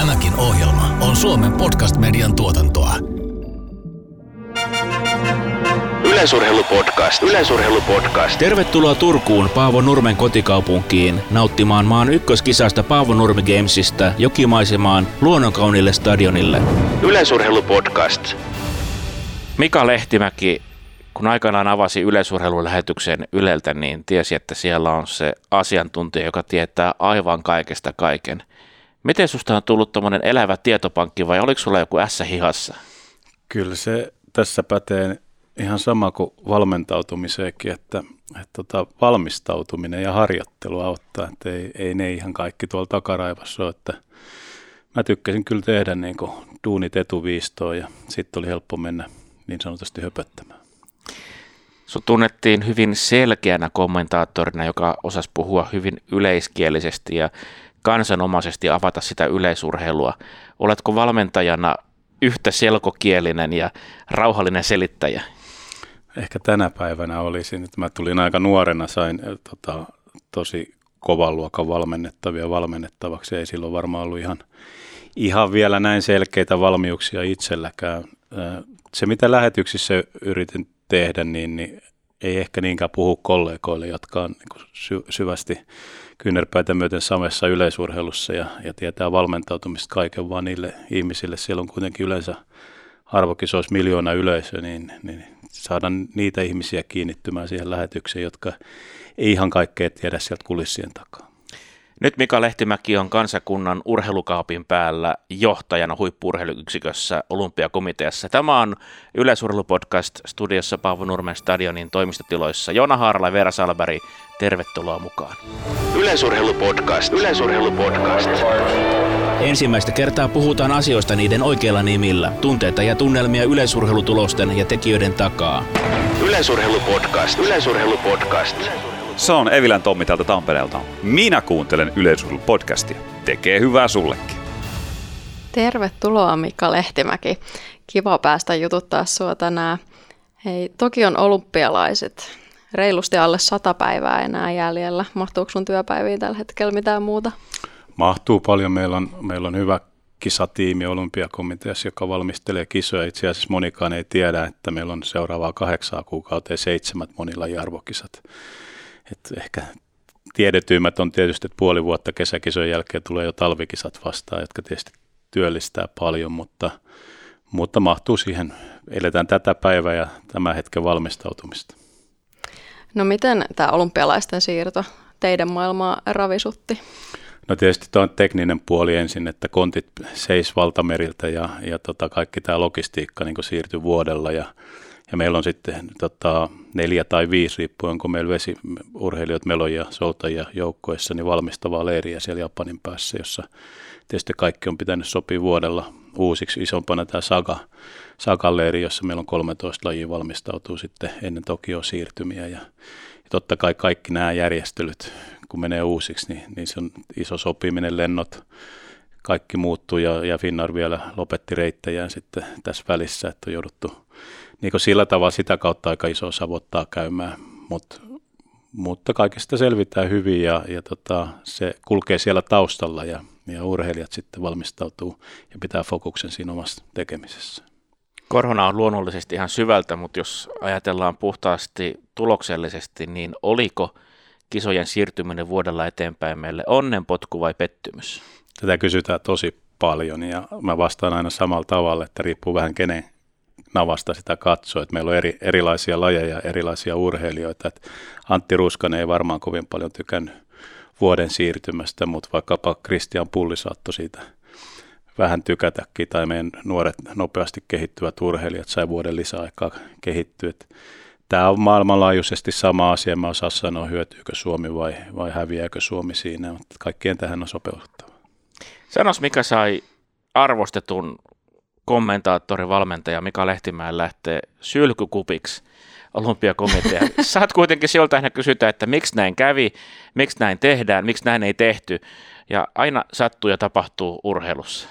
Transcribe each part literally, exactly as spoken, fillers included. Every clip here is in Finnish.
Tämäkin ohjelma on Suomen podcast-median tuotantoa. Yleisurheilupodcast. Yleisurheilupodcast. Tervetuloa Turkuun Paavo Nurmen kotikaupunkiin nauttimaan maan ykköskisasta Paavo Nurmi Gamesista jokimaisemaan luonnonkauniille stadionille. Yleisurheilupodcast. Mika Lehtimäki, kun aikanaan avasi yleisurheilulähetyksen Yleltä, niin tiesi, että siellä on se asiantuntija, joka tietää aivan kaikesta kaiken. Miten susta on tullut tommonen elävä tietopankki vai oliko sulla joku ässä hihassa? Kyllä se tässä pätee ihan sama kuin valmentautumiseenkin, että, että tota, valmistautuminen ja harjoittelu auttaa, että ei, ei ne ihan kaikki tuolla takaraivassa ole. Että mä tykkäsin kyllä tehdä niin kuin duunit etuviistoon ja sitten oli helppo mennä niin sanotusti höpöttämään. Sut tunnettiin hyvin selkeänä kommentaattorina, joka osasi puhua hyvin yleiskielisesti ja kansanomaisesti avata sitä yleisurheilua. Oletko valmentajana yhtä selkokielinen ja rauhallinen selittäjä? Ehkä tänä päivänä olisin, että mä tulin aika nuorena, sain tota, tosi kovan luokan valmennettavia valmennettavaksi. Ei silloin varmaan ollut ihan, ihan vielä näin selkeitä valmiuksia itselläkään. Se, mitä lähetyksissä yritin tehdä, niin, niin ei ehkä niinkään puhu kollegoille, jotka on niin sy- syvästi kyynärpäitä myöten samassa yleisurheilussa ja, ja tietää valmentautumista kaiken, vaan niille ihmisille siellä on kuitenkin yleensä arvokisoissa miljoona yleisö, niin, niin saadaan niitä ihmisiä kiinnittymään siihen lähetykseen, jotka ei ihan kaikkea tiedä sieltä kulissien takaa. Nyt Mika Lehtimäki on kansakunnan urheilukaapin päällä johtajana huippu-urheiluyksikössä Olympiakomiteassa. Tämä on Yleisurheilupodcast studiossa Paavo Nurmen stadionin toimistotiloissa. Joona Haarala ja Veera Salberg, tervetuloa mukaan. Yleisurheilupodcast. Yleisurheilupodcast. Ensimmäistä kertaa puhutaan asioista niiden oikeilla nimillä. Tunteita ja tunnelmia yleisurheilutulosten ja tekijöiden takaa. Yleisurheilupodcast. Yleisurheilupodcast. Se on Evilän Tommi täältä Tampereelta. Minä kuuntelen Yleisurheilupodcastia. Tekee hyvää sullekin. Tervetuloa Mika Lehtimäki. Kiva päästä jututtaa sua tänään. Hei, Tokion olympialaiset. Reilusti alle sata päivää enää jäljellä. Mahtuuko sun työpäiviin tällä hetkellä mitään muuta? Mahtuu paljon. Meillä on, meillä on hyvä kisatiimi Olympiakomiteassa, joka valmistelee kisoja. Itse asiassa monikaan ei tiedä, että meillä on seuraavaa kahdeksaa kuukauteen seitsemät monilajia-arvokisat. Et ehkä tiedetyimmät on tietysti, että puoli vuotta kesäkisojen jälkeen tulee jo talvikisat vastaan, jotka tietysti työllistää paljon, mutta, mutta mahtuu siihen. Eletään tätä päivää ja tämän hetken valmistautumista. No miten tämä olympialaisten siirto teidän maailmaa ravisutti? No tietysti tuo tekninen puoli ensin, että kontit seis valtameriltä ja, ja tota kaikki tämä logistiikka niin siirtyi vuodella ja, ja meillä on sitten tota, neljä tai viisi, riippuen onko meillä vesiurheilijat, meloja, soutajia joukkoissa, niin valmistavaa leiriä siellä Japanin päässä, jossa tietysti kaikki on pitänyt sopia vuodella uusiksi. Isompana tämä Saga, Sagan leiri, jossa meillä on kolmetoista lajia valmistautuu sitten ennen Tokioon siirtymiä ja, ja totta kai kaikki nämä järjestelyt, kun menee uusiksi, niin, niin se on iso sopiminen, lennot, kaikki muuttuu ja, ja Finnair vielä lopetti reittejään sitten tässä välissä, että on jouduttu niin kuin sillä tavalla sitä kautta aika iso savottaa käymään, Mut, mutta kaikesta selvitään hyvin ja, ja tota, se kulkee siellä taustalla ja, ja urheilijat sitten valmistautuu ja pitää fokuksen siinä omassa tekemisessä. Korona on luonnollisesti ihan syvältä, mutta jos ajatellaan puhtaasti tuloksellisesti, niin oliko kisojen siirtyminen vuodella eteenpäin meille onnenpotku vai pettymys? Tätä kysytään tosi paljon ja mä vastaan aina samalla tavalla, että riippuu vähän kenen navasta sitä katsoo, että meillä on eri, erilaisia lajeja, erilaisia urheilijoita. Että Antti Ruskanen ei varmaan kovin paljon tykännyt vuoden siirtymästä, mutta vaikkapa Kristian Pulli saattoi siitä vähän tykätäkin, tai meidän nuoret nopeasti kehittyvät urheilijat sai vuoden lisäaikaa kehittyä. Tämä on maailmanlaajuisesti sama asia, mä osaan sanoa, hyötyykö Suomi vai, vai häviääkö Suomi siinä, mutta kaikkien tähän on sopeuduttava. Sanois, mikä sai arvostetun kommentaattori, valmentaja Mika Lehtimäen lähtee sylkykupiksi Olympiakomiteaan. Saat kuitenkin sieltä aina kysytä, että miksi näin kävi, miksi näin tehdään, miksi näin ei tehty. Ja aina sattuu ja tapahtuu urheilussa.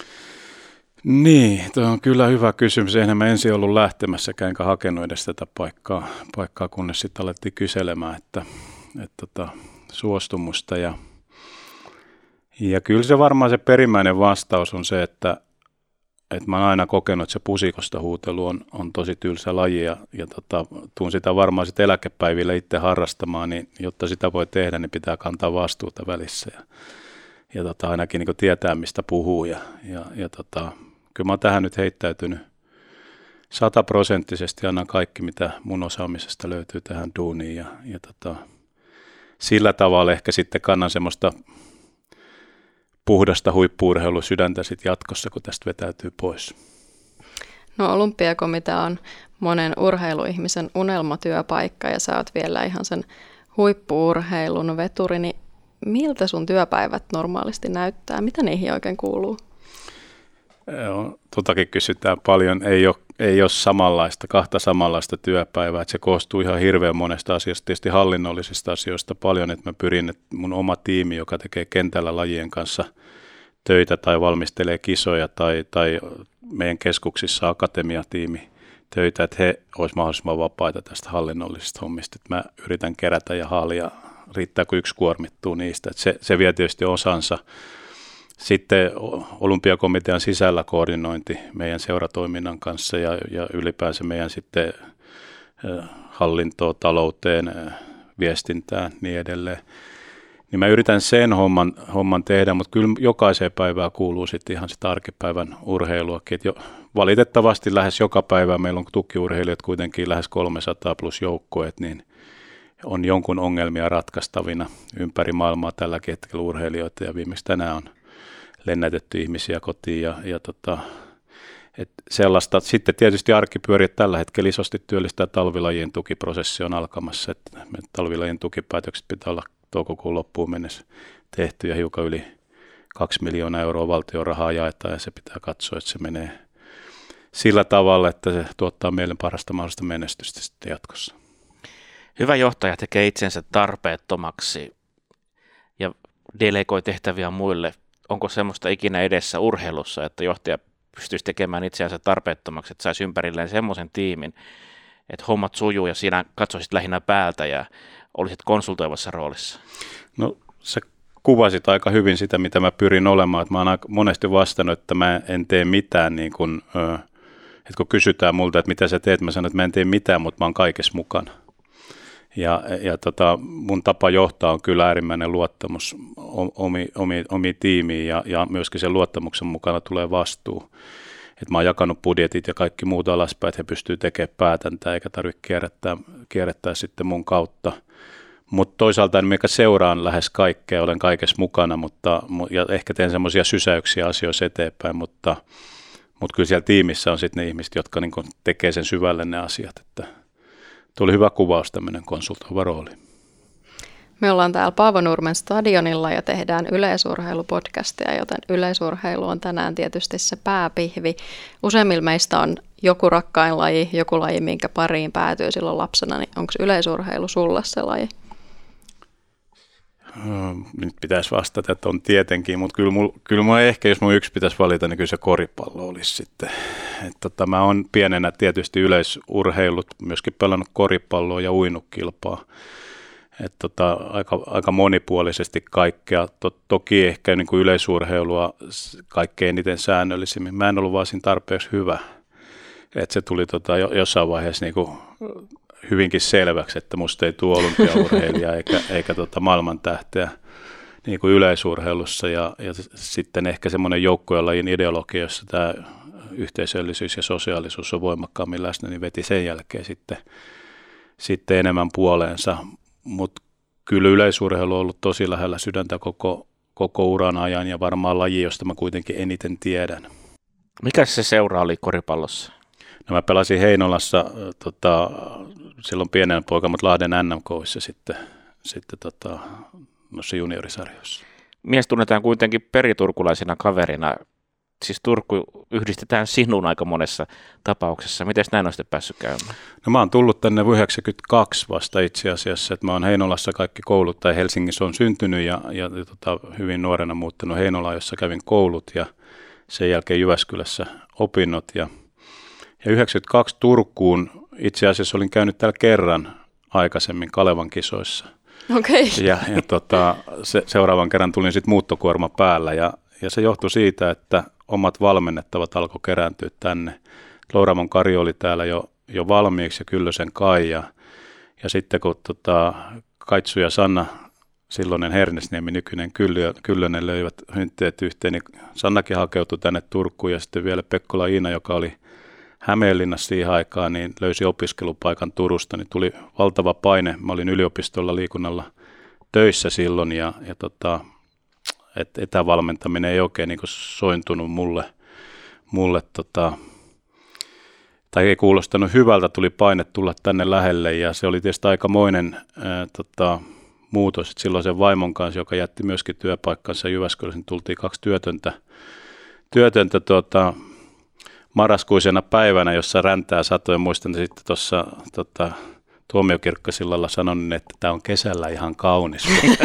Niin, tuo on kyllä hyvä kysymys. Eihän mä ensin ollut lähtemässäkään enkä hakenut edes tätä paikkaa, paikkaa kunnes sitten alettiin kyselemään, että, että, että suostumusta. Ja Ja kyllä se varmaan se perimmäinen vastaus on se, että, että mä oon aina kokenut, että se pusikosta huutelu on, on tosi tylsä laji ja, ja tota, tuun sitä varmaan sitten eläkepäivillä itse harrastamaan, niin jotta sitä voi tehdä, niin pitää kantaa vastuuta välissä ja, ja tota, ainakin niin tietää, mistä puhuu ja, ja, ja tota, kyllä mä oon tähän nyt heittäytynyt sataprosenttisesti, annan kaikki, mitä mun osaamisesta löytyy tähän duuniin ja, ja tota, sillä tavalla ehkä sitten kannan semmoista puhdasta huippu-urheilusydäntä sitten jatkossa, kun tästä vetäytyy pois. No Olympiakomitea on monen urheiluihmisen unelmatyöpaikka ja sä oot vielä ihan sen huippu-urheilun veturi, niin miltä sun työpäivät normaalisti näyttää? Mitä niihin oikein kuuluu? Joo, totakin kysytään paljon. Ei ole, ei ole samanlaista, kahta samanlaista työpäivää. Että se koostuu ihan hirveän monesta asiasta, tietysti hallinnollisista asioista paljon, että mä pyrin, että mun oma tiimi, joka tekee kentällä lajien kanssa töitä tai valmistelee kisoja tai, tai meidän keskuksissa akatemiatiimi töitä, että he olisivat mahdollisimman vapaita tästä hallinnollisesta hommista. Että mä yritän kerätä ja haalia, riittääkö yksi kuormittuu niistä. Että se, se vie tietysti osansa. Sitten Olympiakomitean sisällä koordinointi meidän seuratoiminnan kanssa ja, ja ylipäänsä meidän sitten hallintoon, talouteen, viestintään niin edelleen. Niin mä yritän sen homman, homman tehdä, mutta kyllä jokaiseen päivään kuuluu sitten ihan sitä arkipäivän urheiluakin. Et jo, valitettavasti lähes joka päivä meillä on tukiurheilijat kuitenkin lähes kolmesataa plus joukkueet, niin on jonkun ongelmia ratkaistavina ympäri maailmaa tälläkin hetkellä urheilijoita ja viimeksi tänään on lennätetty ihmisiä kotiin ja, ja tota, et sellaista. Sitten tietysti arkipyöriä tällä hetkellä isosti työllistää talvilajien tukiprosessi on alkamassa. Et talvilajien tukipäätökset pitää olla toukokuun loppuun mennessä tehty ja hiukan yli kaksi miljoonaa euroa valtion rahaa jaetaan ja se pitää katsoa, että se menee sillä tavalla, että se tuottaa meille parasta mahdollista menestystä sitten jatkossa. Hyvä johtaja tekee itsensä tarpeettomaksi ja delegoi tehtäviä muille. Onko semmoista ikinä edessä urheilussa, että johtaja pystyisi tekemään itseänsä tarpeettomaksi, että saisi ympärilleen semmoisen tiimin, että hommat sujuu ja siinä katsoisit lähinnä päältä ja olisit konsultoivassa roolissa? No sä kuvasit aika hyvin sitä, mitä mä pyrin olemaan. Että mä oon monesti vastannut, että mä en tee mitään, niin kun, että kun kysytään multa, että mitä sä teet, mä sanon, että mä en tee mitään, mutta mä oon kaikessa mukana. Ja, ja tota, mun tapa johtaa on kyllä äärimmäinen luottamus omi, omi, omi tiimiin ja, ja myöskin sen luottamuksen mukana tulee vastuu. Et mä oon jakanut budjetit ja kaikki muut alaspäin, että he pystyy tekemään päätäntää eikä tarvitse kierrättää, kierrättää sitten mun kautta. Mutta toisaalta en mikä seuraan lähes kaikkea, olen kaikessa mukana mutta, ja ehkä teen semmoisia sysäyksiä asioissa eteenpäin, mutta, mutta kyllä siellä tiimissä on sitten ne ihmiset, jotka niin tekee sen syvälle ne asiat, että tuli hyvä kuvaus, tämmöinen konsultoiva rooli. Me ollaan täällä Paavonurmen stadionilla ja tehdään yleisurheilupodcastia, joten yleisurheilu on tänään tietysti se pääpihvi. Useimmilla meistä on joku rakkain laji, joku laji, minkä pariin päätyy silloin lapsena, niin onko yleisurheilu sulla se laji? Nyt pitäisi vastata, että on tietenkin, mutta kyllä, mul, kyllä mä ehkä, jos mun yksi pitäisi valita, niin kyllä se koripallo olisi sitten. Et tota, mä oon pienenä tietysti yleisurheilut, myöskin pelannut koripalloa ja uinut kilpaa. Et tota, aika, aika monipuolisesti kaikkea. To, toki ehkä niin kuin yleisurheilua kaikkein eniten säännöllisimmin. Mä en ollut vaan siinä tarpeeksi hyvä. Et se tuli tota, jossain vaiheessa niin kuin hyvinkin selväksi, että musta ei tule olympiaurheilija eikä, eikä tota maailmantähteä niin kuin yleisurheilussa. Ja, ja sitten ehkä semmoinen joukkueen lajin ideologia, jossa tämä yhteisöllisyys ja sosiaalisuus on voimakkaammin läsnä, niin veti sen jälkeen sitten, sitten enemmän puoleensa. Mutta kyllä yleisurheilu on ollut tosi lähellä sydäntä koko, koko uran ajan ja varmaan laji, josta mä kuitenkin eniten tiedän. Mikä se seura oli koripallossa? No mä pelasin Heinolassa tota, silloin pienen poika, mutta Lahden N M K:issa sitten, sitten tota, noissa juniorisarjoissa. Mies tunnetaan kuitenkin periturkulaisena kaverina. Siis Turku yhdistetään sinun aika monessa tapauksessa. Miten näin on sitten päässyt käymään? No mä oon tullut tänne yhdeksänkymmentäkaksi vasta itse asiassa, että mä oon Heinolassa kaikki koulut, tai Helsingissä on syntynyt ja, ja, ja tota, hyvin nuorena muuttanut Heinolaan, jossa kävin koulut ja sen jälkeen Jyväskylässä opinnot. Ja, ja yhdeksänkymmentäkaksi Turkuun itse asiassa olin käynyt täällä kerran aikaisemmin Kalevan kisoissa. Okay. Ja, ja tota, se, seuraavan kerran tulin sitten muuttokuorma päällä ja, ja se johtui siitä, että omat valmennettavat alkoi kerääntyä tänne. Louramon Kari oli täällä jo, jo valmiiksi ja Kyllösen Kai ja, ja sitten kun tota, Kaitsu ja Sanna, silloinen Hernesniemi, nykyinen Kyllönen löivät hyntteet yhteen, niin Sannakin hakeutui tänne Turkuun ja sitten vielä Pekkola Iina, joka oli Hämeenlinnassa siihen aikaan, niin löysi opiskelupaikan Turusta, niin tuli valtava paine. Mä olin yliopistolla liikunnalla töissä silloin ja, ja tota, et etävalmentaminen ei oikein niin kuin sointunut mulle, mulle tota, tai ei kuulostanut hyvältä, tuli paine tulla tänne lähelle ja se oli tietysti aikamoinen ää, tota, muutos. Et silloin sen vaimon kanssa, joka jätti myöskin työpaikkansa Jyväskylässä, niin tultiin kaksi työtöntä, työtöntä tuota, marraskuisena päivänä, jossa räntää satoi. Muistan sitten tuossa tota, Tuomiokirkkosillalla sanon, että tämä on kesällä ihan kaunis.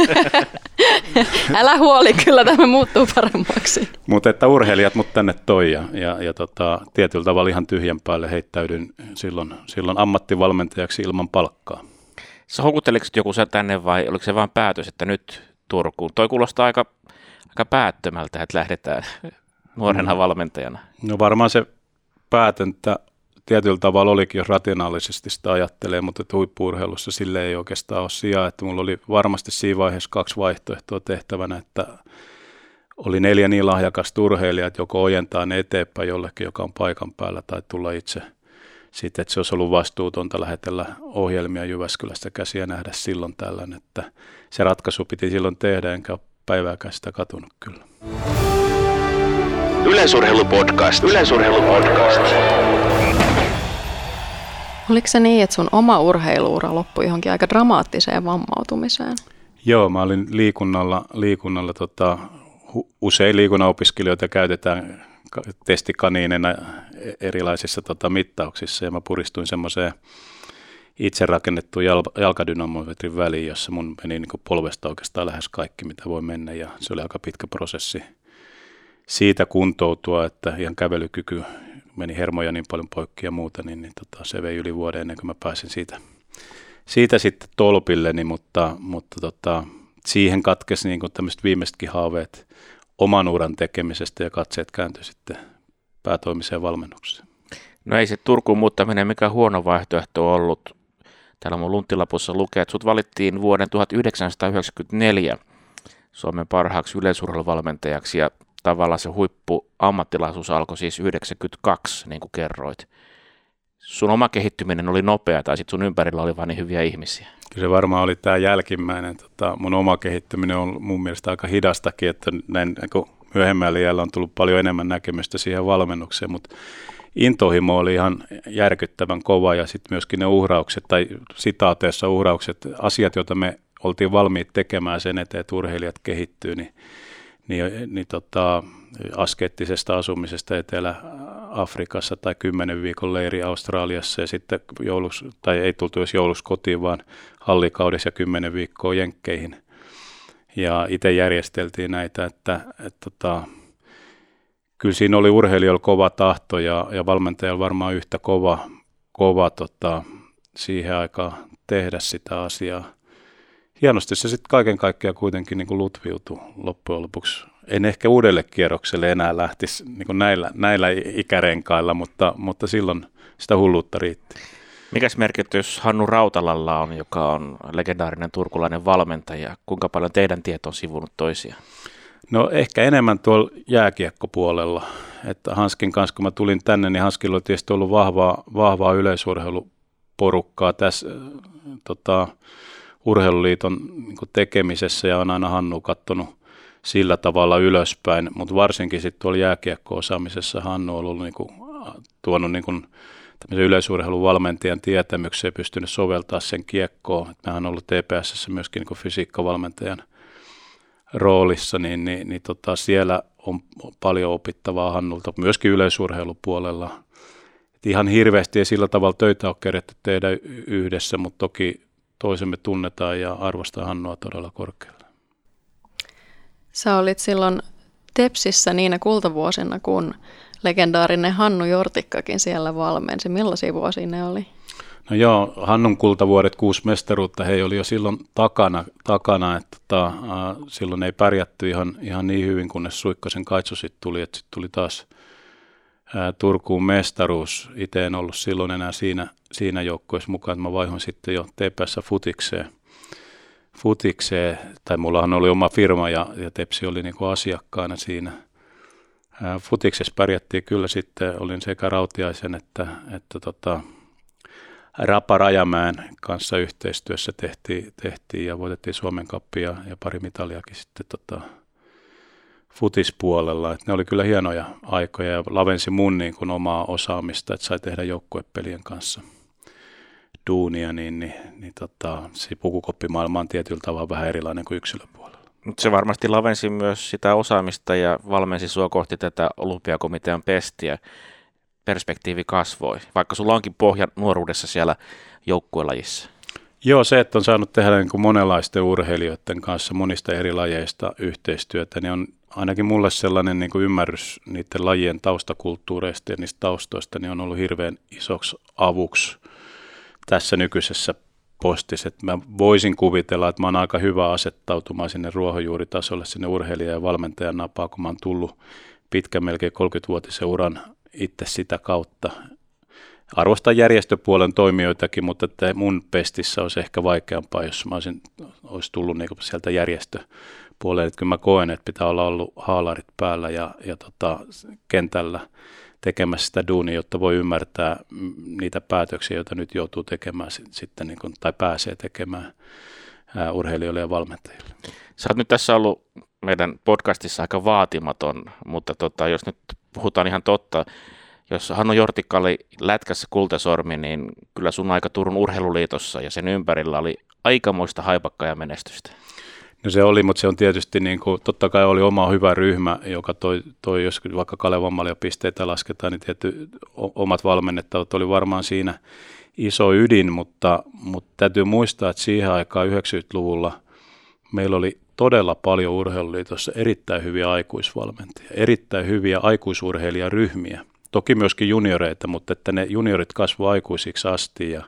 Älä huoli, kyllä tämä muuttuu paremmaksi. Mutta että urheilijat mut tänne toi ja, ja, ja tota, tietyllä tavalla ihan tyhjän päälle heittäydyn silloin, silloin ammattivalmentajaksi ilman palkkaa. Sä houkutteliko joku sä tänne vai oliko se vain päätös, että nyt Turkuun? Toi kuulostaa aika, aika päättömältä, että lähdetään nuorena mm. valmentajana. No varmaan se päätöntä tietyllä tavalla olikin, jos rationaalisesti sitä ajattelee, mutta huippu-urheilussa sille ei oikeastaan ole sijaa. Että mulla oli varmasti siinä vaiheessa kaksi vaihtoehtoa tehtävänä, että oli neljä niin lahjakasta urheilijaa, että joko ojentaa ne eteenpäin jollekin, joka on paikan päällä, tai tulla itse sitten, että se olisi ollut vastuutonta lähetellä ohjelmia Jyväskylästä käsiä ja nähdä silloin tällainen, että se ratkaisu piti silloin tehdä, enkä päivääkään sitä katunut kyllä. Yleisurheilupodcast. Yleisurheilupodcast. Oliko se niin, että sun oma urheiluura loppui johonkin aika dramaattiseen vammautumiseen? Joo, mä olin liikunnalla, liikunnalla tota, usein liikunnan opiskelijoita käytetään testikaniinena erilaisissa tota, mittauksissa ja mä puristuin semmoiseen itse rakennettuun jal- jalkadynamometrin väliin, jossa mun meni niin kuin polvesta oikeastaan lähes kaikki, mitä voi mennä ja se oli aika pitkä prosessi siitä kuntoutua, että ihan kävelykyky meni hermoja niin paljon poikki ja muuta, niin, niin tota, se vei yli vuoden ennen kuin mä pääsin siitä, siitä sitten tolpilleni, mutta, mutta tota, siihen katkesi niin kuin tämmöiset viimeisetkin haaveet oman uran tekemisestä ja katseet kääntyi sitten päätoimiseen valmennukseen. No ei se Turkuun muuttaminen mikään huono vaihtoehto ollut. Täällä mun lunttilapussa lukee, että sut valittiin vuoden tuhatyhdeksänsataayhdeksänkymmentäneljä Suomen parhaaksi yleisurheiluvalmentajaksi ja tavallaan se huippu ammattilaisuus alkoi siis yhdeksänkymmentäkaksi, niin kuin kerroit. Sun oma kehittyminen oli nopea tai sitten sun ympärillä oli vain niin hyviä ihmisiä? Kyllä se varmaan oli tämä jälkimmäinen. Tota, mun oma kehittyminen on mun mielestä aika hidastakin, että näin, niin myöhemmällä iällä on tullut paljon enemmän näkemystä siihen valmennukseen, mutta intohimo oli ihan järkyttävän kova ja sitten myöskin ne uhraukset tai sitaateessa uhraukset, asiat, joita me oltiin valmiit tekemään sen eteen, että urheilijat kehittyy, niin Niin, niin tota, askeettisesta asumisesta Etelä-Afrikassa tai kymmenen viikon leiri Australiassa ja sitten joulus, tai ei tultu edes joulussa kotiin, vaan hallikaudessa ja kymmenen viikkoa jenkkeihin. Ja itse järjesteltiin näitä, että, että tota, kyllä siinä oli urheilijoilla kova tahto ja, ja valmentajalla varmaan yhtä kova, kova tota, siihen aikaan tehdä sitä asiaa. Hienosti se sitten kaiken kaikkiaan kuitenkin niin kuin lutviutui loppujen lopuksi. En ehkä uudelle kierrokselle enää lähtisi niin kuin näillä, näillä ikärenkailla, mutta, mutta silloin sitä hulluutta riitti. Mikäs merkitys Hannu Rautalalla on, joka on legendaarinen turkulainen valmentaja? Kuinka paljon teidän tieto on sivunut toisiaan? No ehkä enemmän tuolla jääkiekkopuolella. Että Hanskin kanssa, kun mä tulin tänne, niin Hanskilla on tietysti ollut vahvaa, vahvaa yleisurheiluporukkaa tässä tota, Urheiluliiton niin kuin tekemisessä ja on aina Hannu katsonut sillä tavalla ylöspäin, mutta varsinkin sitten tuolla jääkiekko-osaamisessa Hannu on ollut niin kuin, tuonut niin kuin tämmöisen yleisurheiluvalmentajan tietämykseen ja pystynyt soveltaa sen kiekkoon. Et mehän on ollut T P S:ssä myöskin niin kuin fysiikkavalmentajan roolissa, niin, niin, niin tota, siellä on paljon opittavaa Hannulta, myöskin yleisurheilupuolella. Et ihan hirveästi ei sillä tavalla töitä ole keretty tehdä yhdessä, mutta toki toisemme tunnetaan ja arvostaa Hannua todella korkealle. Sä olit silloin Tepsissä niinä kultavuosina, kun legendaarinen Hannu Jortikkakin siellä valmensi. Millaisia vuosia ne oli? No joo, Hannun kultavuodet, kuusi mestaruutta, he oli jo silloin takana, takana että tota, äh, silloin ei pärjätty ihan, ihan niin hyvin, kunnes Suikkasen Kaitsu sitten tuli, että sitten tuli taas ää, Turkuun mestaruus. Itse en ollut silloin enää siinä, siinä joukkueessa mukaan, että mä vaihoin sitten jo T P S futikseen, futikseen, tai mullahan oli oma firma ja, ja Tepsi oli niinku asiakkaana siinä. Ää, futiksessa pärjättiin kyllä sitten, olin sekä Rautiaisen että, että tota, Rapa Rajamäen kanssa yhteistyössä tehtiin, tehtiin ja voitettiin Suomen Cupia ja, ja pari mitaliakin sitten tota, futispuolella. Et ne oli kyllä hienoja aikoja ja lavensi mun niin kuin omaa osaamista, että sai tehdä joukkuepelien kanssa duunia, niin, niin, niin tota, se pukukoppimaailma on tietyllä tavalla vähän erilainen kuin yksilöpuolella. Se varmasti lavensi myös sitä osaamista ja valmensi sua kohti tätä olympiakomitean pestiä. Perspektiivi kasvoi, vaikka sulla onkin pohja nuoruudessa siellä joukkuelajissa. Joo, se, että on saanut tehdä niin kuin monenlaisten urheilijoiden kanssa monista eri lajeista yhteistyötä, niin on ainakin mulle sellainen niin kuin ymmärrys niiden lajien taustakulttuureista ja niistä taustoista, niin on ollut hirveän isoksi avuksi tässä nykyisessä postissa. Että mä voisin kuvitella, että mä oon aika hyvä asettautumaan sinne ruohonjuuritasolle, sinne urheilijan ja valmentajan napaan, kun mä oon tullut pitkän melkein kolmekymmenvuotisen uran itse sitä kautta. Arvostan järjestöpuolen toimijoitakin, mutta että mun pestissä olisi ehkä vaikeampaa, jos mä olisin, olisi tullut niin sieltä järjestöpuolelle. Että kyllä mä koen, että pitää olla ollut haalarit päällä ja, ja tota, kentällä tekemässä sitä duunia, jotta voi ymmärtää niitä päätöksiä, joita nyt joutuu tekemään sitten, niin kuin, tai pääsee tekemään ää, urheilijoille ja valmentajille. Sä oot nyt tässä ollut meidän podcastissa aika vaatimaton, mutta tota, jos nyt puhutaan ihan totta, jos Hannu Jortikka oli lätkässä kultasormi, niin kyllä sun aika Turun Urheiluliitossa ja sen ympärillä oli aikamoista haipakkaa ja menestystä. No se oli, mutta se on tietysti, niin kuin, totta kai oli oma hyvä ryhmä, joka toi, toi jos vaikka Kalevan Malja pisteitä lasketaan, niin tietty omat valmennettavat oli varmaan siinä iso ydin, mutta, mutta täytyy muistaa, että siihen aikaan yhdeksänkymmentäluvulla meillä oli todella paljon Urheiluliitossa erittäin hyviä aikuisvalmentajia, erittäin hyviä aikuisurheilijaryhmiä. Toki myöskin junioreita, mutta että ne juniorit kasvoivat aikuisiksi asti ja,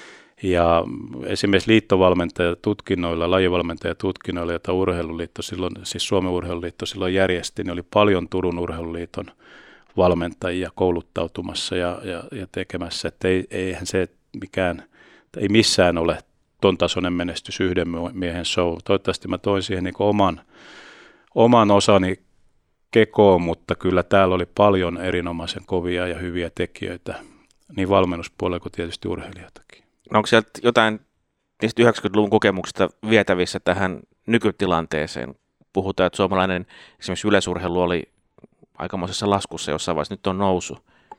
ja esimerkiksi liittovalmentajatutkinnoilla, lajivalmentajatutkinnoilla, joita Urheiluliitto silloin, siis Suomen Urheiluliitto silloin järjesti, niin oli paljon Turun Urheiluliiton valmentajia kouluttautumassa ja, ja, ja tekemässä, että ei, eihän se mikään, ei missään ole ton tasoinen menestys yhden miehen show. Toivottavasti mä toin siihen niin kuin oman, oman osani kekoon, mutta kyllä täällä oli paljon erinomaisen kovia ja hyviä tekijöitä, niin valmennuspuolella kuin tietysti urheilijoitakin. No onko sieltä jotain niistä yhdeksänkymmentäluvun kokemuksista vietävissä tähän nykytilanteeseen? Puhutaan, että suomalainen esimerkiksi yleisurheilu oli aikamoisessa laskussa jossain vaiheessa, nyt on nousu.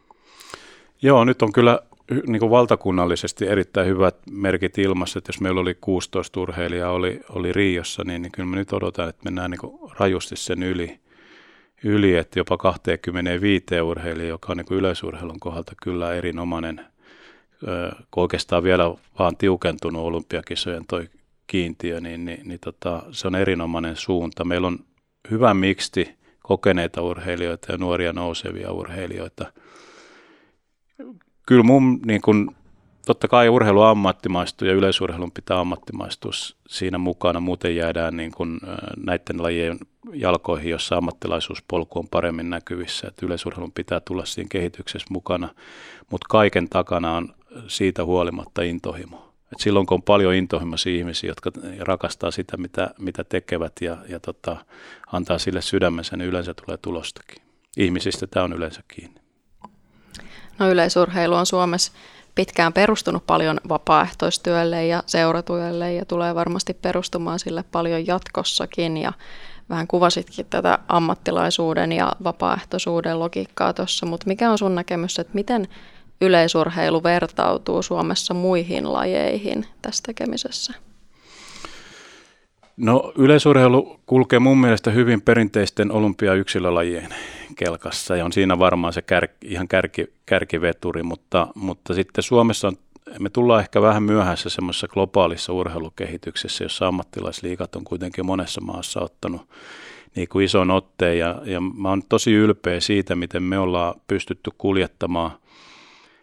Joo, nyt on kyllä niin kuin valtakunnallisesti erittäin hyvät merkit ilmassa, että jos meillä oli kuusitoista urheilijaa oli, oli Riossa, niin, niin kyllä me nyt odotan, että mennään niin kuin rajusti sen yli, yli, että jopa kaksikymmentäviisi urheilijaa, joka on niin kuin yleisurheilun kohdalta kyllä erinomainen, ö, oikeastaan vielä vaan tiukentunut olympiakisojen toi kiintiö, niin, niin, niin tota, se on erinomainen suunta. Meillä on hyvä miksti kokeneita urheilijoita ja nuoria nousevia urheilijoita. Kyllä mun, niin kun, totta kai urheilu ammattimaistuu ja yleisurheilun pitää ammattimaistua siinä mukana, muuten jäädään niin kun, näiden lajien jalkoihin, jossa ammattilaisuuspolku on paremmin näkyvissä. Et yleisurheilun pitää tulla siinä kehityksessä mukana, mutta kaiken takana on siitä huolimatta intohimo. Et silloin kun on paljon intohimoisia ihmisiä, jotka rakastaa sitä, mitä, mitä tekevät ja, ja tota, antaa sille sydämensä, niin yleensä tulee tulostakin. Ihmisistä tämä on yleensä kiinni. No yleisurheilu on Suomessa pitkään perustunut paljon vapaaehtoistyölle ja seuratyölle ja tulee varmasti perustumaan sille paljon jatkossakin ja vähän kuvasitkin tätä ammattilaisuuden ja vapaaehtoisuuden logiikkaa tuossa, mutta mikä on sun näkemys, että miten yleisurheilu vertautuu Suomessa muihin lajeihin tässä tekemisessä? No yleisurheilu kulkee mun mielestä hyvin perinteisten olympiayksilölajien kelkassa ja on siinä varmaan se kär, ihan kärki, kärkiveturi, mutta, mutta sitten Suomessa on, me tullaan ehkä vähän myöhässä semmoisessa globaalissa urheilukehityksessä, jossa ammattilaisliigat on kuitenkin monessa maassa ottanut niin kuin ison otteen ja, ja mä oon tosi ylpeä siitä, miten me ollaan pystytty kuljettamaan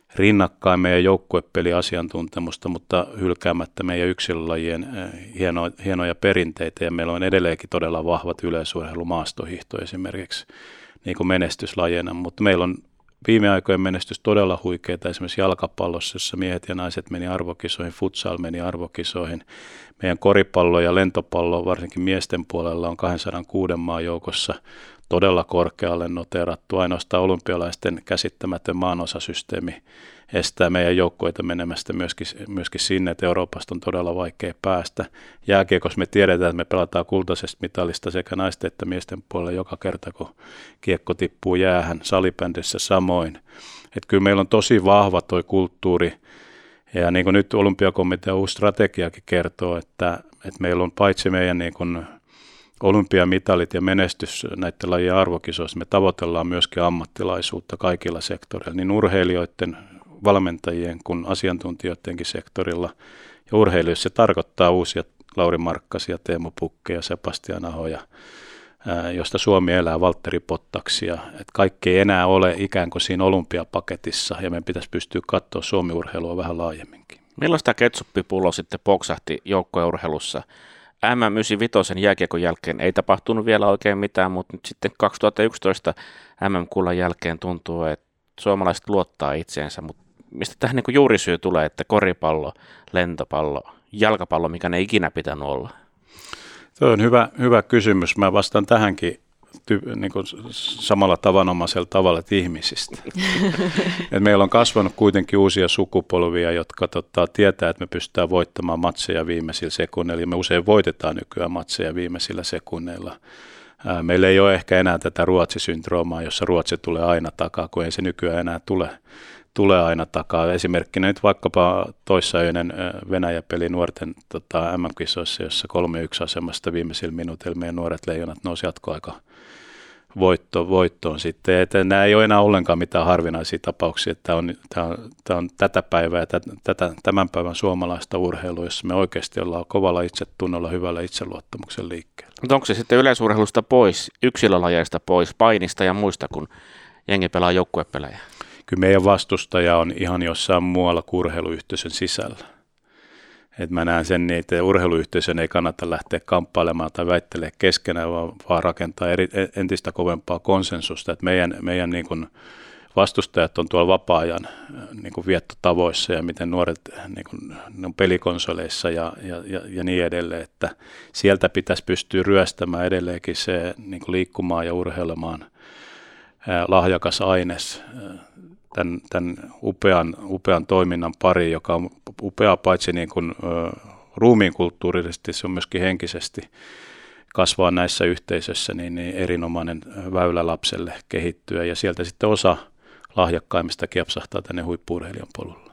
rinnakkain meidän joukkuepeliasiantuntemusta, mutta hylkäämättä meidän yksilölajien hieno, hienoja perinteitä. Ja meillä on edelleenkin todella vahvat yleisurheilu, maastohiihto esimerkiksi niin kuin menestyslajina, mutta meillä on viime aikojen menestys todella huikeita esimerkiksi jalkapallossa, jossa miehet ja naiset meni arvokisoihin, futsal meni arvokisoihin. Meidän koripallo ja lentopallo, varsinkin miesten puolella, on kaksisataakuusi maan joukossa todella korkealle noteerattu. Ainoastaan olympialaisten käsittämätön maanosasysteemi estää meidän joukkoita menemästä myöskin, myöskin sinne, että Euroopasta on todella vaikea päästä. Jääkiekossa me tiedetään, että me pelataan kultaisesta mitalista sekä naisten että miesten puolella joka kerta, kun kiekko tippuu jäähän, salibändissä samoin. Että kyllä meillä on tosi vahva toi kulttuuri, ja niin kuin nyt Olympiakomitean uusi strategiakin kertoo, että, että meillä on paitsi meidän niin kuin olympiamitalit ja menestys näiden lajien arvokisoissa, me tavoitellaan myöskin ammattilaisuutta kaikilla sektoreilla, niin urheilijoiden, valmentajien kuin asiantuntijoidenkin sektorilla. Ja urheilijoissa se tarkoittaa uusia Lauri Markkasia, Teemu Pukkeja, Sebastian Ahoja, josta Suomi elää, Valtteri Pottaksia. Että kaikki ei enää ole ikään kuin siinä olympiapaketissa, ja meidän pitäisi pystyä katsoa Suomi-urheilua vähän laajemminkin. Milloin sitä ketsuppipullo sitten poksahti joukkueurheilussa? M M yhdeksänkymmentäviisi jääkiekon jälkeen ei tapahtunut vielä oikein mitään, mutta nyt sitten kaksituhattayksitoista M M-kullan jälkeen tuntuu, että suomalaiset luottaa itseensä, mutta mistä tähän niin kuin juurisyy tulee, että koripallo, lentopallo, jalkapallo, mikä ne ikinä pitänyt olla? Se on hyvä, hyvä kysymys. Mä vastaan tähänkin ty, niin kuin samalla tavanomaisella tavalla ihmisistä. Et meillä on kasvanut kuitenkin uusia sukupolvia, jotka tota, tietää, että me pystytään voittamaan matseja viimeisillä sekunneilla. Me usein voitetaan nykyään matseja viimeisillä sekunneilla. Ää, meillä ei ole ehkä enää tätä Ruotsi-syndroomaa, jossa Ruotsi tulee aina takaa, kun ei se nykyään enää tule. tulee aina takaa. Esimerkkinä nyt vaikkapa toissaöinen Venäjä-peli nuorten tota, M M-kisoissa, jossa kolme yksi asemasta viimeisillä minuutilla meidän nuoret leijonat nousi jatkoaika voitto, voittoon sitten. Että nämä ei ole enää ollenkaan mitään harvinaisia tapauksia. Tämä on, tämä on, tämä on tätä päivää ja tätä, tämän päivän suomalaista urheilua, jossa me oikeasti ollaan kovalla itsetunnolla, hyvällä itseluottamuksen liikkeellä. Mutta onko se sitten yleisurheilusta pois, yksilölajeista pois, painista ja muista, kun jengi pelaa joukkuepelejä? Kyllä meidän vastustaja on ihan jossain muualla kuin urheiluyhteisön sisällä. Et mä näen sen, että urheiluyhteisön ei kannata lähteä kamppailemaan tai väittelemään keskenään, vaan, vaan rakentaa eri, entistä kovempaa konsensusta. Et meidän meidän niin kun vastustajat on tuolla vapaa-ajan niin kun viettotavoissa ja miten nuoret niin kun, ne on pelikonsoleissa ja, ja, ja, ja niin edelleen. Että sieltä pitäisi pystyä ryöstämään edelleenkin se niin kun liikkumaan ja urheilemaan ää, lahjakas aines Tämän, tämän upean, upean toiminnan pari, joka on upea paitsi niin kuin, ö, ruumiin kulttuurisesti, se on myöskin henkisesti kasvaa näissä yhteisöissä, niin, niin erinomainen väylä lapselle kehittyä. Ja sieltä sitten osa lahjakkaimmista kiepsahtaa tänne huippu-urheilijan polulla.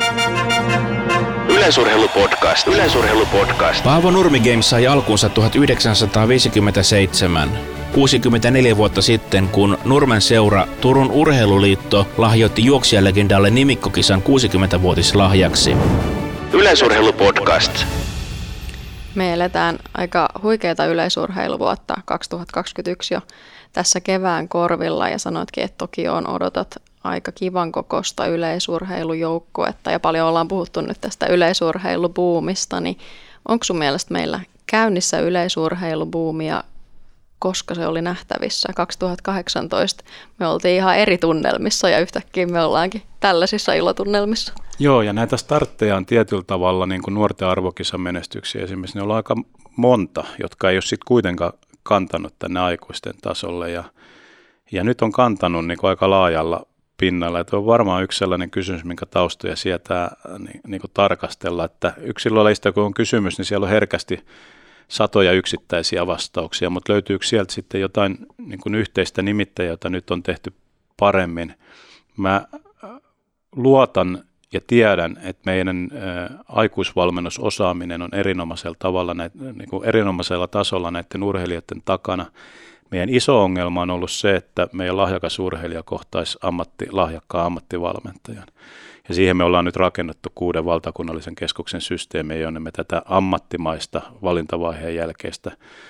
Yleisurheilupodcast. Yleisurheilupodcast. Paavo Nurmi Games sai alkuunsa tuhatyhdeksänsataaviisikymmentäseitsemän. kuusikymmentäneljä vuotta sitten, kun Nurmen seura Turun Urheiluliitto lahjoitti juoksijalegendalle nimikkokisan kuusikymmentävuotislahjaksi. Yleisurheilupodcast. Me eletään aika huikeata yleisurheiluvuotta kaksituhattakaksikymmentäyksi jo tässä kevään korvilla ja sanoitkin, että Tokioon odotat aika kivan kokoista yleisurheilujoukkuetta ja paljon ollaan puhuttu nyt tästä yleisurheilubuumista, niin onko sun mielestä meillä käynnissä yleisurheilubuumia, koska se oli nähtävissä? kaksituhattakahdeksantoista me oltiin ihan eri tunnelmissa ja yhtäkkiä me ollaankin tällaisissa ilotunnelmissa. Joo, ja näitä startteja on tietyllä tavalla niin kuin nuorten arvokisan menestyksiä esimerkiksi. Ne on aika monta, jotka ei ole sitten kuitenkaan kantanut tänne aikuisten tasolle. Ja, ja nyt on kantanut niin kuin aika laajalla pinnalla. Että on varmaan yksi sellainen kysymys, minkä taustoja sieltä niin, niin kuin tarkastella. Että yksilölajista kun on kysymys, niin siellä on herkästi satoja yksittäisiä vastauksia, mutta löytyykö sieltä sitten jotain niin kuin yhteistä nimittäjää, jota nyt on tehty paremmin? Mä luotan ja tiedän, että meidän ä, aikuisvalmennusosaaminen on erinomaisella tavalla, näitä, niin kuin erinomaisella tasolla näiden urheilijoiden takana. Meidän iso ongelma on ollut se, että meidän lahjakas urheilija kohtaisi ammatti, lahjakkaan ammattivalmentajan. Ja siihen me ollaan nyt rakennettu kuuden valtakunnallisen keskuksen systeemiä, jonne me tätä ammattimaista valintavaiheen jälkeistä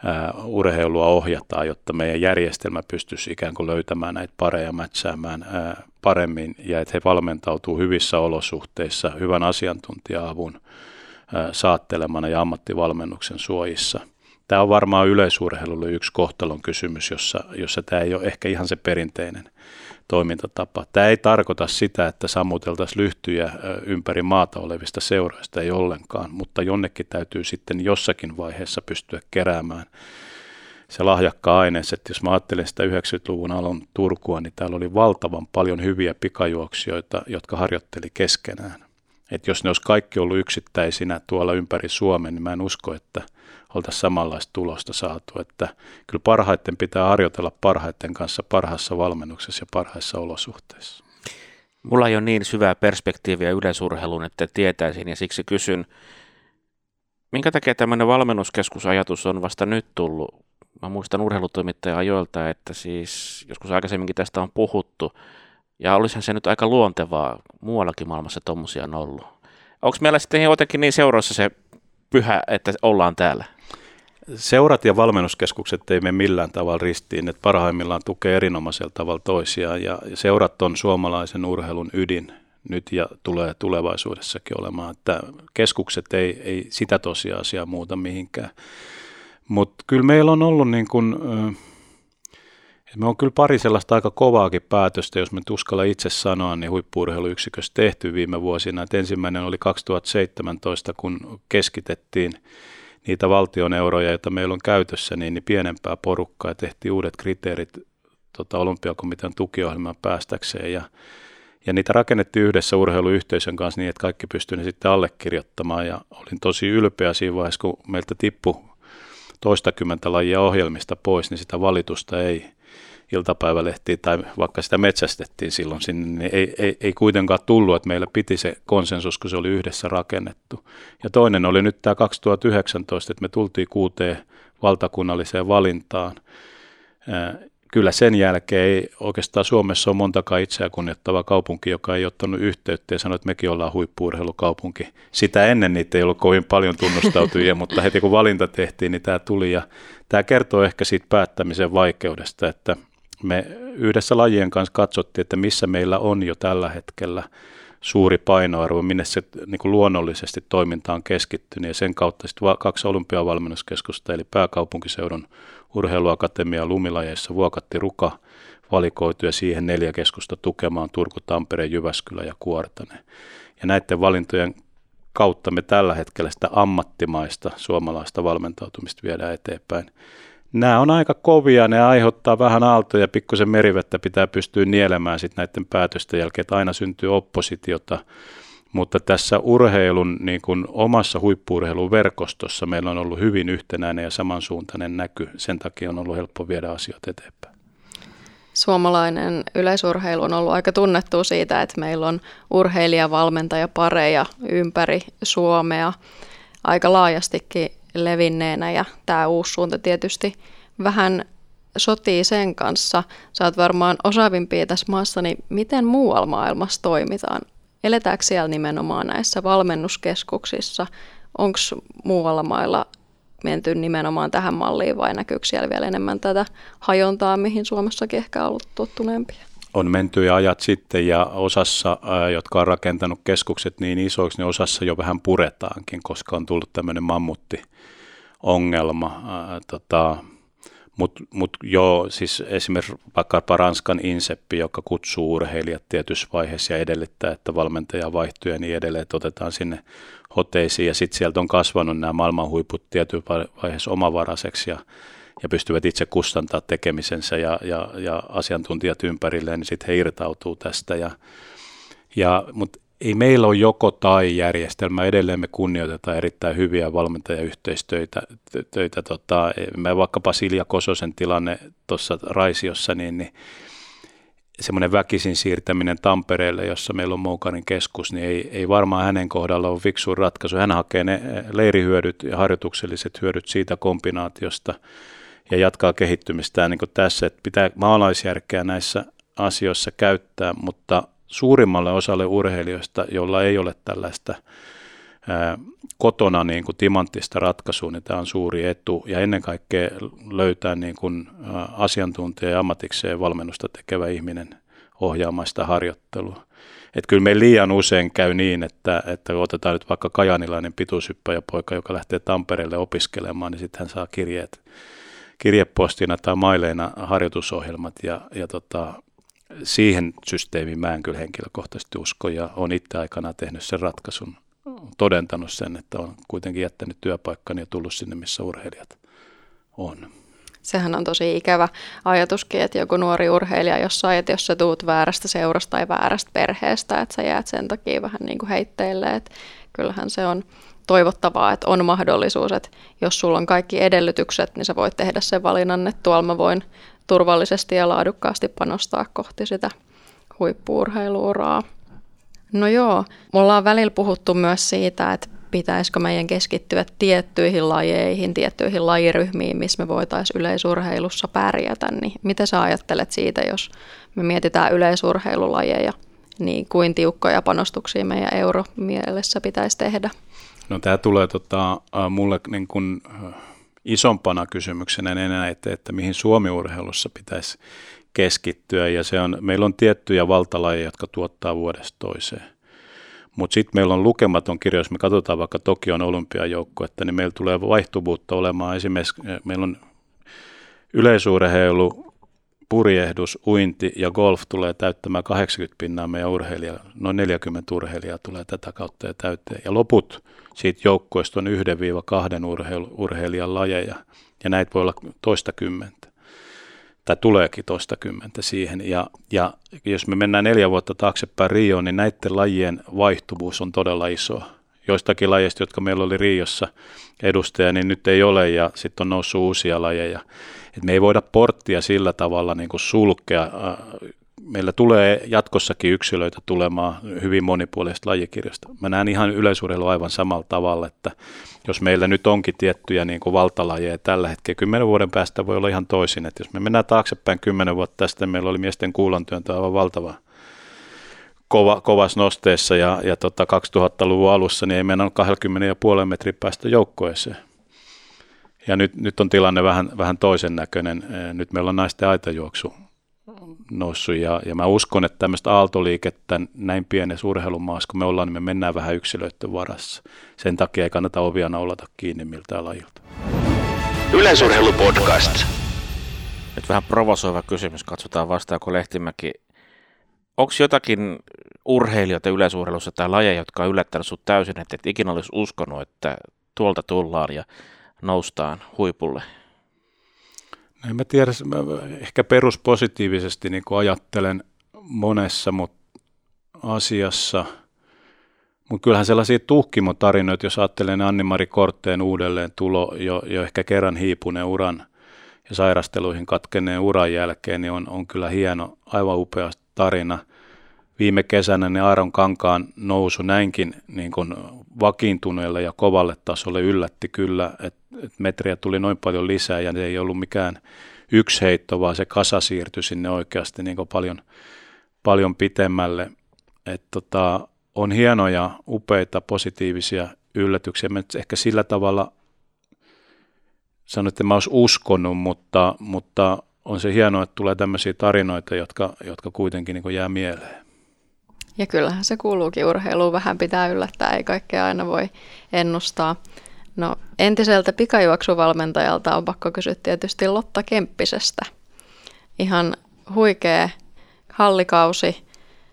uh, urheilua ohjataan, jotta meidän järjestelmä pystyisi ikään kuin löytämään näitä pareja, mätsäämään uh, paremmin ja että he valmentautuu hyvissä olosuhteissa, hyvän asiantuntija-avun uh, saattelemana ja ammattivalmennuksen suojissa. Tämä on varmaan yleisurheilulle yksi kohtalon kysymys, jossa, jossa tämä ei ole ehkä ihan se perinteinen toimintatapa. Tämä ei tarkoita sitä, että sammuteltaisiin lyhtyjä ympäri maata olevista seuroista, ei ollenkaan, mutta jonnekin täytyy sitten jossakin vaiheessa pystyä keräämään se lahjakka aines. Että jos mä ajattelen sitä yhdeksänkymmentäluvun alun Turkua, niin täällä oli valtavan paljon hyviä pikajuoksijoita, jotka harjoitteli keskenään. Että jos ne olisi kaikki ollut yksittäisinä tuolla ympäri Suomen, niin mä en usko, että oltaisiin samanlaista tulosta saatu. Että kyllä parhaiten pitää harjoitella parhaiten kanssa parhaassa valmennuksessa ja parhaissa olosuhteissa. Mulla ei ole niin syvää perspektiiviä yleisurheiluun, että tietäisin, ja siksi kysyn, minkä takia tämmöinen valmennuskeskusajatus on vasta nyt tullut? Mä muistan urheilutoimittajan ajoilta, että siis joskus aikaisemminkin tästä on puhuttu, ja olisihan se nyt aika luontevaa, muuallakin maailmassa tommosia on ollut. Onko meillä sitten jotenkin niin seuroissa se pyhä, että ollaan täällä? Seurat ja valmennuskeskukset ei mene millään tavalla ristiin, että parhaimmillaan tukee erinomaisella tavalla toisiaan, ja seurat on suomalaisen urheilun ydin nyt ja tulee tulevaisuudessakin olemaan, että keskukset ei, ei sitä tosiasiaa muuta mihinkään. Mutta kyllä meillä on ollut niin kuin, me on kyllä pari sellaista aika kovaakin päätöstä, jos me uskalla itse sanoa, niin huippu-urheiluyksikössä tehty viime vuosina. Et ensimmäinen oli kaksituhattaseitsemäntoista, kun keskitettiin niitä valtion euroja, joita meillä on käytössä, niin, niin pienempää porukkaa ja tehtiin uudet kriteerit tota, olympiakomitean tukiohjelmaan päästäkseen. Ja, ja niitä rakennettiin yhdessä urheiluyhteisön kanssa niin, että kaikki pystyivät ne sitten allekirjoittamaan. Ja olin tosi ylpeä siinä vaiheessa, kun meiltä tippui toistakymmentä lajia ohjelmista pois, niin sitä valitusta ei iltapäivälehtiin tai vaikka sitä metsästettiin silloin sinne, niin ei, ei, ei kuitenkaan tullut, että meillä piti se konsensus, kun se oli yhdessä rakennettu. Ja toinen oli nyt tämä kaksituhattayhdeksäntoista, että me tultiin kuuteen valtakunnalliseen valintaan. Kyllä sen jälkeen ei oikeastaan Suomessa ole montakaan itseä kunnioittava kaupunki, joka ei ottanut yhteyttä ja sanoi, että mekin ollaan huippu-urheilukaupunki. Sitä ennen niitä ei ollut kovin paljon tunnustautujia, mutta heti kun valinta tehtiin, niin tämä tuli. Ja tämä kertoo ehkä siitä päättämisen vaikeudesta, että me yhdessä lajien kanssa katsottiin, että missä meillä on jo tällä hetkellä suuri painoarvo, minne se niin kuin luonnollisesti toiminta on keskittynyt. Ja sen kautta sitten kaksi olympiavalmennuskeskusta, eli pääkaupunkiseudun urheiluakatemia lumilajeissa Vuokatti Ruka valikoitui ja siihen neljä keskusta tukemaan Turku, Tampere, Jyväskylä ja Kuortane. Ja näiden valintojen kautta me tällä hetkellä sitä ammattimaista suomalaista valmentautumista viedään eteenpäin. Nämä on aika kovia, ne aiheuttaa vähän aaltoja, pikkusen merivettä pitää pystyä nielemään sitten näiden päätösten jälkeen, että aina syntyy oppositiota. Mutta tässä urheilun niin kuin omassa huippu-urheiluverkostossa meillä on ollut hyvin yhtenäinen ja samansuuntainen näky. Sen takia on ollut helppo viedä asioita eteenpäin. Suomalainen yleisurheilu on ollut aika tunnettu siitä, että meillä on urheilijavalmentajapareja ympäri Suomea aika laajastikin levinneenä. Ja tämä uusi suunta tietysti vähän sotii sen kanssa. Sä oot varmaan osaavimpia tässä maassa, niin miten muualla maailmassa toimitaan? Eletäänkö siellä nimenomaan näissä valmennuskeskuksissa? Onko muualla mailla menty nimenomaan tähän malliin vai näkyykö siellä vielä enemmän tätä hajontaa, mihin Suomessakin ehkä on ollut tottuneempia? On menty ja ajat sitten ja osassa, jotka on rakentanut keskukset niin isoiksi, niin osassa jo vähän puretaankin, koska on tullut tämmöinen mammuttiongelma. Tota, Mutta mut joo, siis esimerkiksi vaikkapa Ranskan INSEP, joka kutsuu urheilijat tietyssä vaiheessa ja edellyttää, että valmentaja vaihtuu ja niin edelleen, että otetaan sinne hoteisiin. Ja sitten sieltä on kasvanut nämä maailman huiput tietyssä vaiheessa omavaraiseksi ja, ja pystyvät itse kustantaa tekemisensä ja, ja, ja asiantuntijat ympärilleen, niin sitten he irtautuu tästä. Ja, ja, mutta ei meillä ole joko tai järjestelmä. Edelleen me kunnioitetaan erittäin hyviä valmentajayhteistyötä. Töitä, tota, me vaikkapa Silja Kososen tilanne tuossa Raisiossa, niin, niin semmoinen väkisin siirtäminen Tampereelle, jossa meillä on Moukarin keskus, niin ei, ei varmaan hänen kohdalla ole fiksu ratkaisu. Hän hakee ne leirihyödyt ja harjoitukselliset hyödyt siitä kombinaatiosta ja jatkaa kehittymistään niin kuin tässä, että pitää maalaisjärkeä näissä asioissa käyttää, mutta suurimmalle osalle urheilijoista, joilla ei ole tällaista kotona niin kuin timanttista ratkaisua, niin tämä on suuri etu. Ja ennen kaikkea löytää niin kuin asiantuntija ja ammatikseen valmennusta tekevä ihminen ohjaamaan sitä harjoittelua. Että kyllä meillä liian usein käy niin, että, että otetaan nyt vaikka kajanilainen pituushyppäjäpoika, joka lähtee Tampereelle opiskelemaan, niin sitten hän saa kirjeet, kirjepostina tai maileina harjoitusohjelmat ja, ja tota, siihen systeemiin mä en kyllä henkilökohtaisesti usko ja olen itse aikana tehnyt sen ratkaisun, todentanut sen, että on kuitenkin jättänyt työpaikkani ja tullut sinne, missä urheilijat on. Sehän on tosi ikävä ajatuskin, että joku nuori urheilija jossain, että jos sä tuut väärästä seurasta tai väärästä perheestä, että sä jäät sen takia vähän niin kuin heitteille, että kyllähän se on toivottavaa, että on mahdollisuus, että jos sulla on kaikki edellytykset, niin sä voit tehdä sen valinnan, että tuolla mä voin turvallisesti ja laadukkaasti panostaa kohti sitä huippu-urheiluuraa. No joo, me ollaan välillä puhuttu myös siitä, että pitäisikö meidän keskittyä tiettyihin lajeihin, tiettyihin lajiryhmiin, missä me voitaisiin yleisurheilussa pärjätä. Niin mitä sä ajattelet siitä, jos me mietitään yleisurheilulajeja, niin kuin tiukkoja panostuksia meidän euromielessä pitäisi tehdä? No tämä tulee tota, mulle niin kuin isompana kysymyksenä enää, että, että mihin Suomi-urheilussa pitäisi keskittyä. Ja se on, meillä on tiettyjä valtalajeja, jotka tuottaa vuodesta toiseen. Mutta sitten meillä on lukematon kirjo, jos me katsotaan vaikka Tokion olympiajoukkuetta, niin meillä tulee vaihtuvuutta olemaan. Esimerkiksi meillä on yleisurheilu, purjehdus, uinti ja golf tulee täyttämään kahdeksankymmentä pinnaa meidän urheilijaa. Noin neljäkymmentä urheilijaa tulee tätä kautta ja täyteen. Ja loput siitä joukkueesta on yhden kahden urheilijan lajeja ja näitä voi olla toista kymmentä. Tai tuleekin toista kymmentä siihen. Ja, ja jos me mennään neljä vuotta taaksepäin Rioon, niin näiden lajien vaihtuvuus on todella iso. Joistakin lajeista, jotka meillä oli Riossa edustaja, niin nyt ei ole ja sitten on noussut uusia lajeja. Et me ei voida porttia sillä tavalla niin kuin sulkea. Meillä tulee jatkossakin yksilöitä tulemaan hyvin monipuolisesta lajikirjasta. Mä näen ihan yleisurheilu aivan samalla tavalla, että jos meillä nyt onkin tiettyjä niin kuin valtalajeja tällä hetkellä, kymmenen vuoden päästä voi olla ihan toisin. Että jos me mennään taaksepäin kymmenen vuotta tästä, meillä oli miesten kuulantyöntö aivan valtava kova, kovassa nosteessa ja, ja tota kaksituhattaluvun alussa niin ei mennä kaksikymmentä pilkku viisi metrin päästä joukkoeseen. Ja nyt, nyt on tilanne vähän, vähän toisen näköinen. Nyt meillä on naisten aitajuoksu noussut ja, ja mä uskon, että tämmöistä aaltoliikettä näin pienessä urheilumaassa, kun me ollaan, niin me mennään vähän yksilöiden varassa. Sen takia ei kannata ovia naulata kiinni miltään lajilta. Yleisurheilupodcast. Nyt vähän provosoiva kysymys, katsotaan vastaako Lehtimäki. Onko jotakin urheilijoita yleisurheilussa tai lajeja, jotka on yllättänyt sinut täysin, että et ikinä olisi uskonut, että tuolta tullaan ja noustaan huipulle? En mä tiedä, mä ehkä peruspositiivisesti niin kuin ajattelen monessa mut asiassa, mutta kyllähän sellaisia tuhkimotarinoita, jos ajattelen Anni-Mari Kortteen uudelleen tulo jo, jo ehkä kerran hiipuneen uran ja sairasteluihin katkenneen uran jälkeen, niin on, on kyllä hieno, aivan upea tarina. Viime kesänä niin Aaron Kankaan nousu näinkin niin kuin vakiintuneelle ja kovalle tasolle yllätti kyllä, että et metriä tuli noin paljon lisää ja se ei ollut mikään yksi heitto, vaan se kasa siirtyi sinne oikeasti niin kuin paljon, paljon pitemmälle. Et tota, on hienoja, upeita, positiivisia yllätyksiä. Mä ehkä sillä tavalla sanon, että mä olisin uskonut, mutta, mutta on se hienoa, että tulee tämmöisiä tarinoita, jotka, jotka kuitenkin niin kuin jää mieleen. Ja kyllähän se kuuluukin urheiluun, vähän pitää yllättää, ei kaikkea aina voi ennustaa. No entiseltä pikajuoksuvalmentajalta on pakko kysyä tietysti Lotta Kemppisestä. Ihan huikea hallikausi,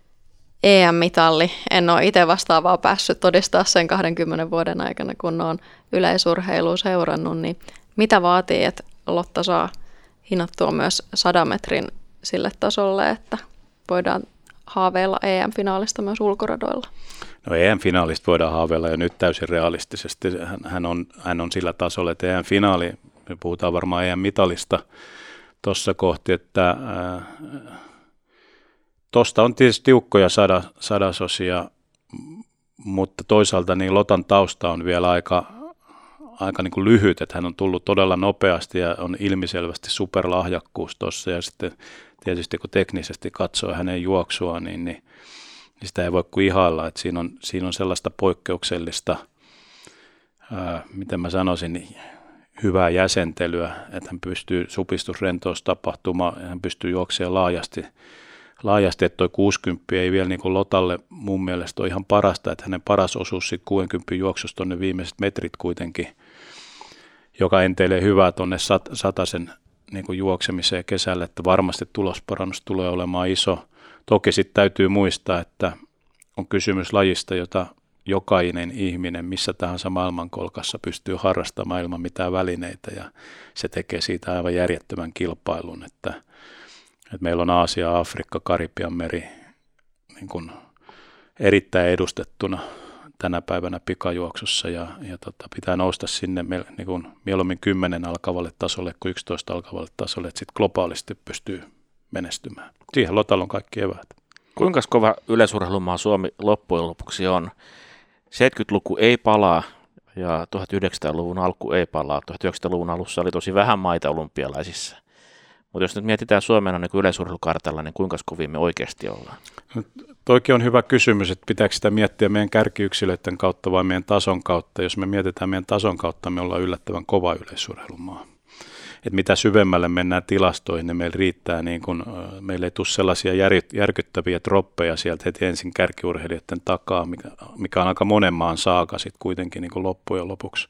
E M-mitalli. En ole itse vastaavaa päässyt todistaa sen kahdenkymmenen vuoden aikana, kun olen yleisurheilua seurannut. Niin mitä vaatii, että Lotta saa hinattua myös sadan metrin sille tasolle, että voidaan haaveilla E M-finaalista myös ulkoradoilla? No E M-finaalista voidaan haaveilla jo nyt täysin realistisesti. Hän, hän, on, hän on sillä tasolla, että E M-finaali, me puhutaan varmaan E M-mitalista tuossa kohti, että äh, tuosta on tietysti tiukkoja sada, sadasosia, mutta toisaalta niin Lotan tausta on vielä aika, aika niin kuin lyhyt, että hän on tullut todella nopeasti ja on ilmiselvästi superlahjakkuus tuossa ja sitten tietysti kun teknisesti katsoo hänen juoksua, niin, niin sitä ei voi kuin ihailla, että siinä on, siinä on sellaista poikkeuksellista ää, miten mä sanoisin, niin hyvää jäsentelyä, että hän pystyy supistusrentoustapahtuma, hän pystyy juoksemaan laajasti, laajasti että toi kuusikymmentä ei vielä niin kuin Lotalle mun mielestä ole ihan parasta, että hänen paras osuus siitä kuusikymmentä juoksusta on ne viimeiset metrit kuitenkin, joka enteilee hyvää tuonne sat, satasen niin kuin juoksemiseen kesällä, että varmasti tulosparannus tulee olemaan iso. Toki sitten täytyy muistaa, että on kysymys lajista, jota jokainen ihminen missä tahansa maailmankolkassa pystyy harrastamaan ilman mitään välineitä ja se tekee siitä aivan järjettömän kilpailun, että, että meillä on Aasia, Afrikka, Karibian meri niin kuin erittäin edustettuna tänä päivänä pikajuoksussa ja, ja tota, pitää nousta sinne niin kuin mieluummin kymmenen alkavalle tasolle kuin yksitoista alkavalle tasolle, että sitten globaalisti pystyy menestymään. Siihen Lotalla on kaikki eväät. Kuinka kova yleisurheilumaa Suomi loppujen lopuksi on? seitsemänkymmentäluku ei palaa ja tuhatyhdeksänsataaluvun alku ei palaa. tuhatyhdeksänsataaluvun alussa oli tosi vähän maita olympialaisissa. Mutta jos nyt mietitään Suomena niin yleisurheilukartalla, niin kuinka kovin me oikeasti ollaan? No, toikin on hyvä kysymys, että pitääkö sitä miettiä meidän kärkiyksilöiden kautta vai meidän tason kautta. Jos me mietitään meidän tason kautta, me ollaan yllättävän kova yleisurheilumaa. Että mitä syvemmälle mennään tilastoihin, niin meillä riittää, niin kun, meillä ei tule sellaisia jär, järkyttäviä droppeja sieltä heti ensin kärkiurheilijoiden takaa, mikä, mikä on aika monen maan saaka sitten kuitenkin niin loppujen lopuksi.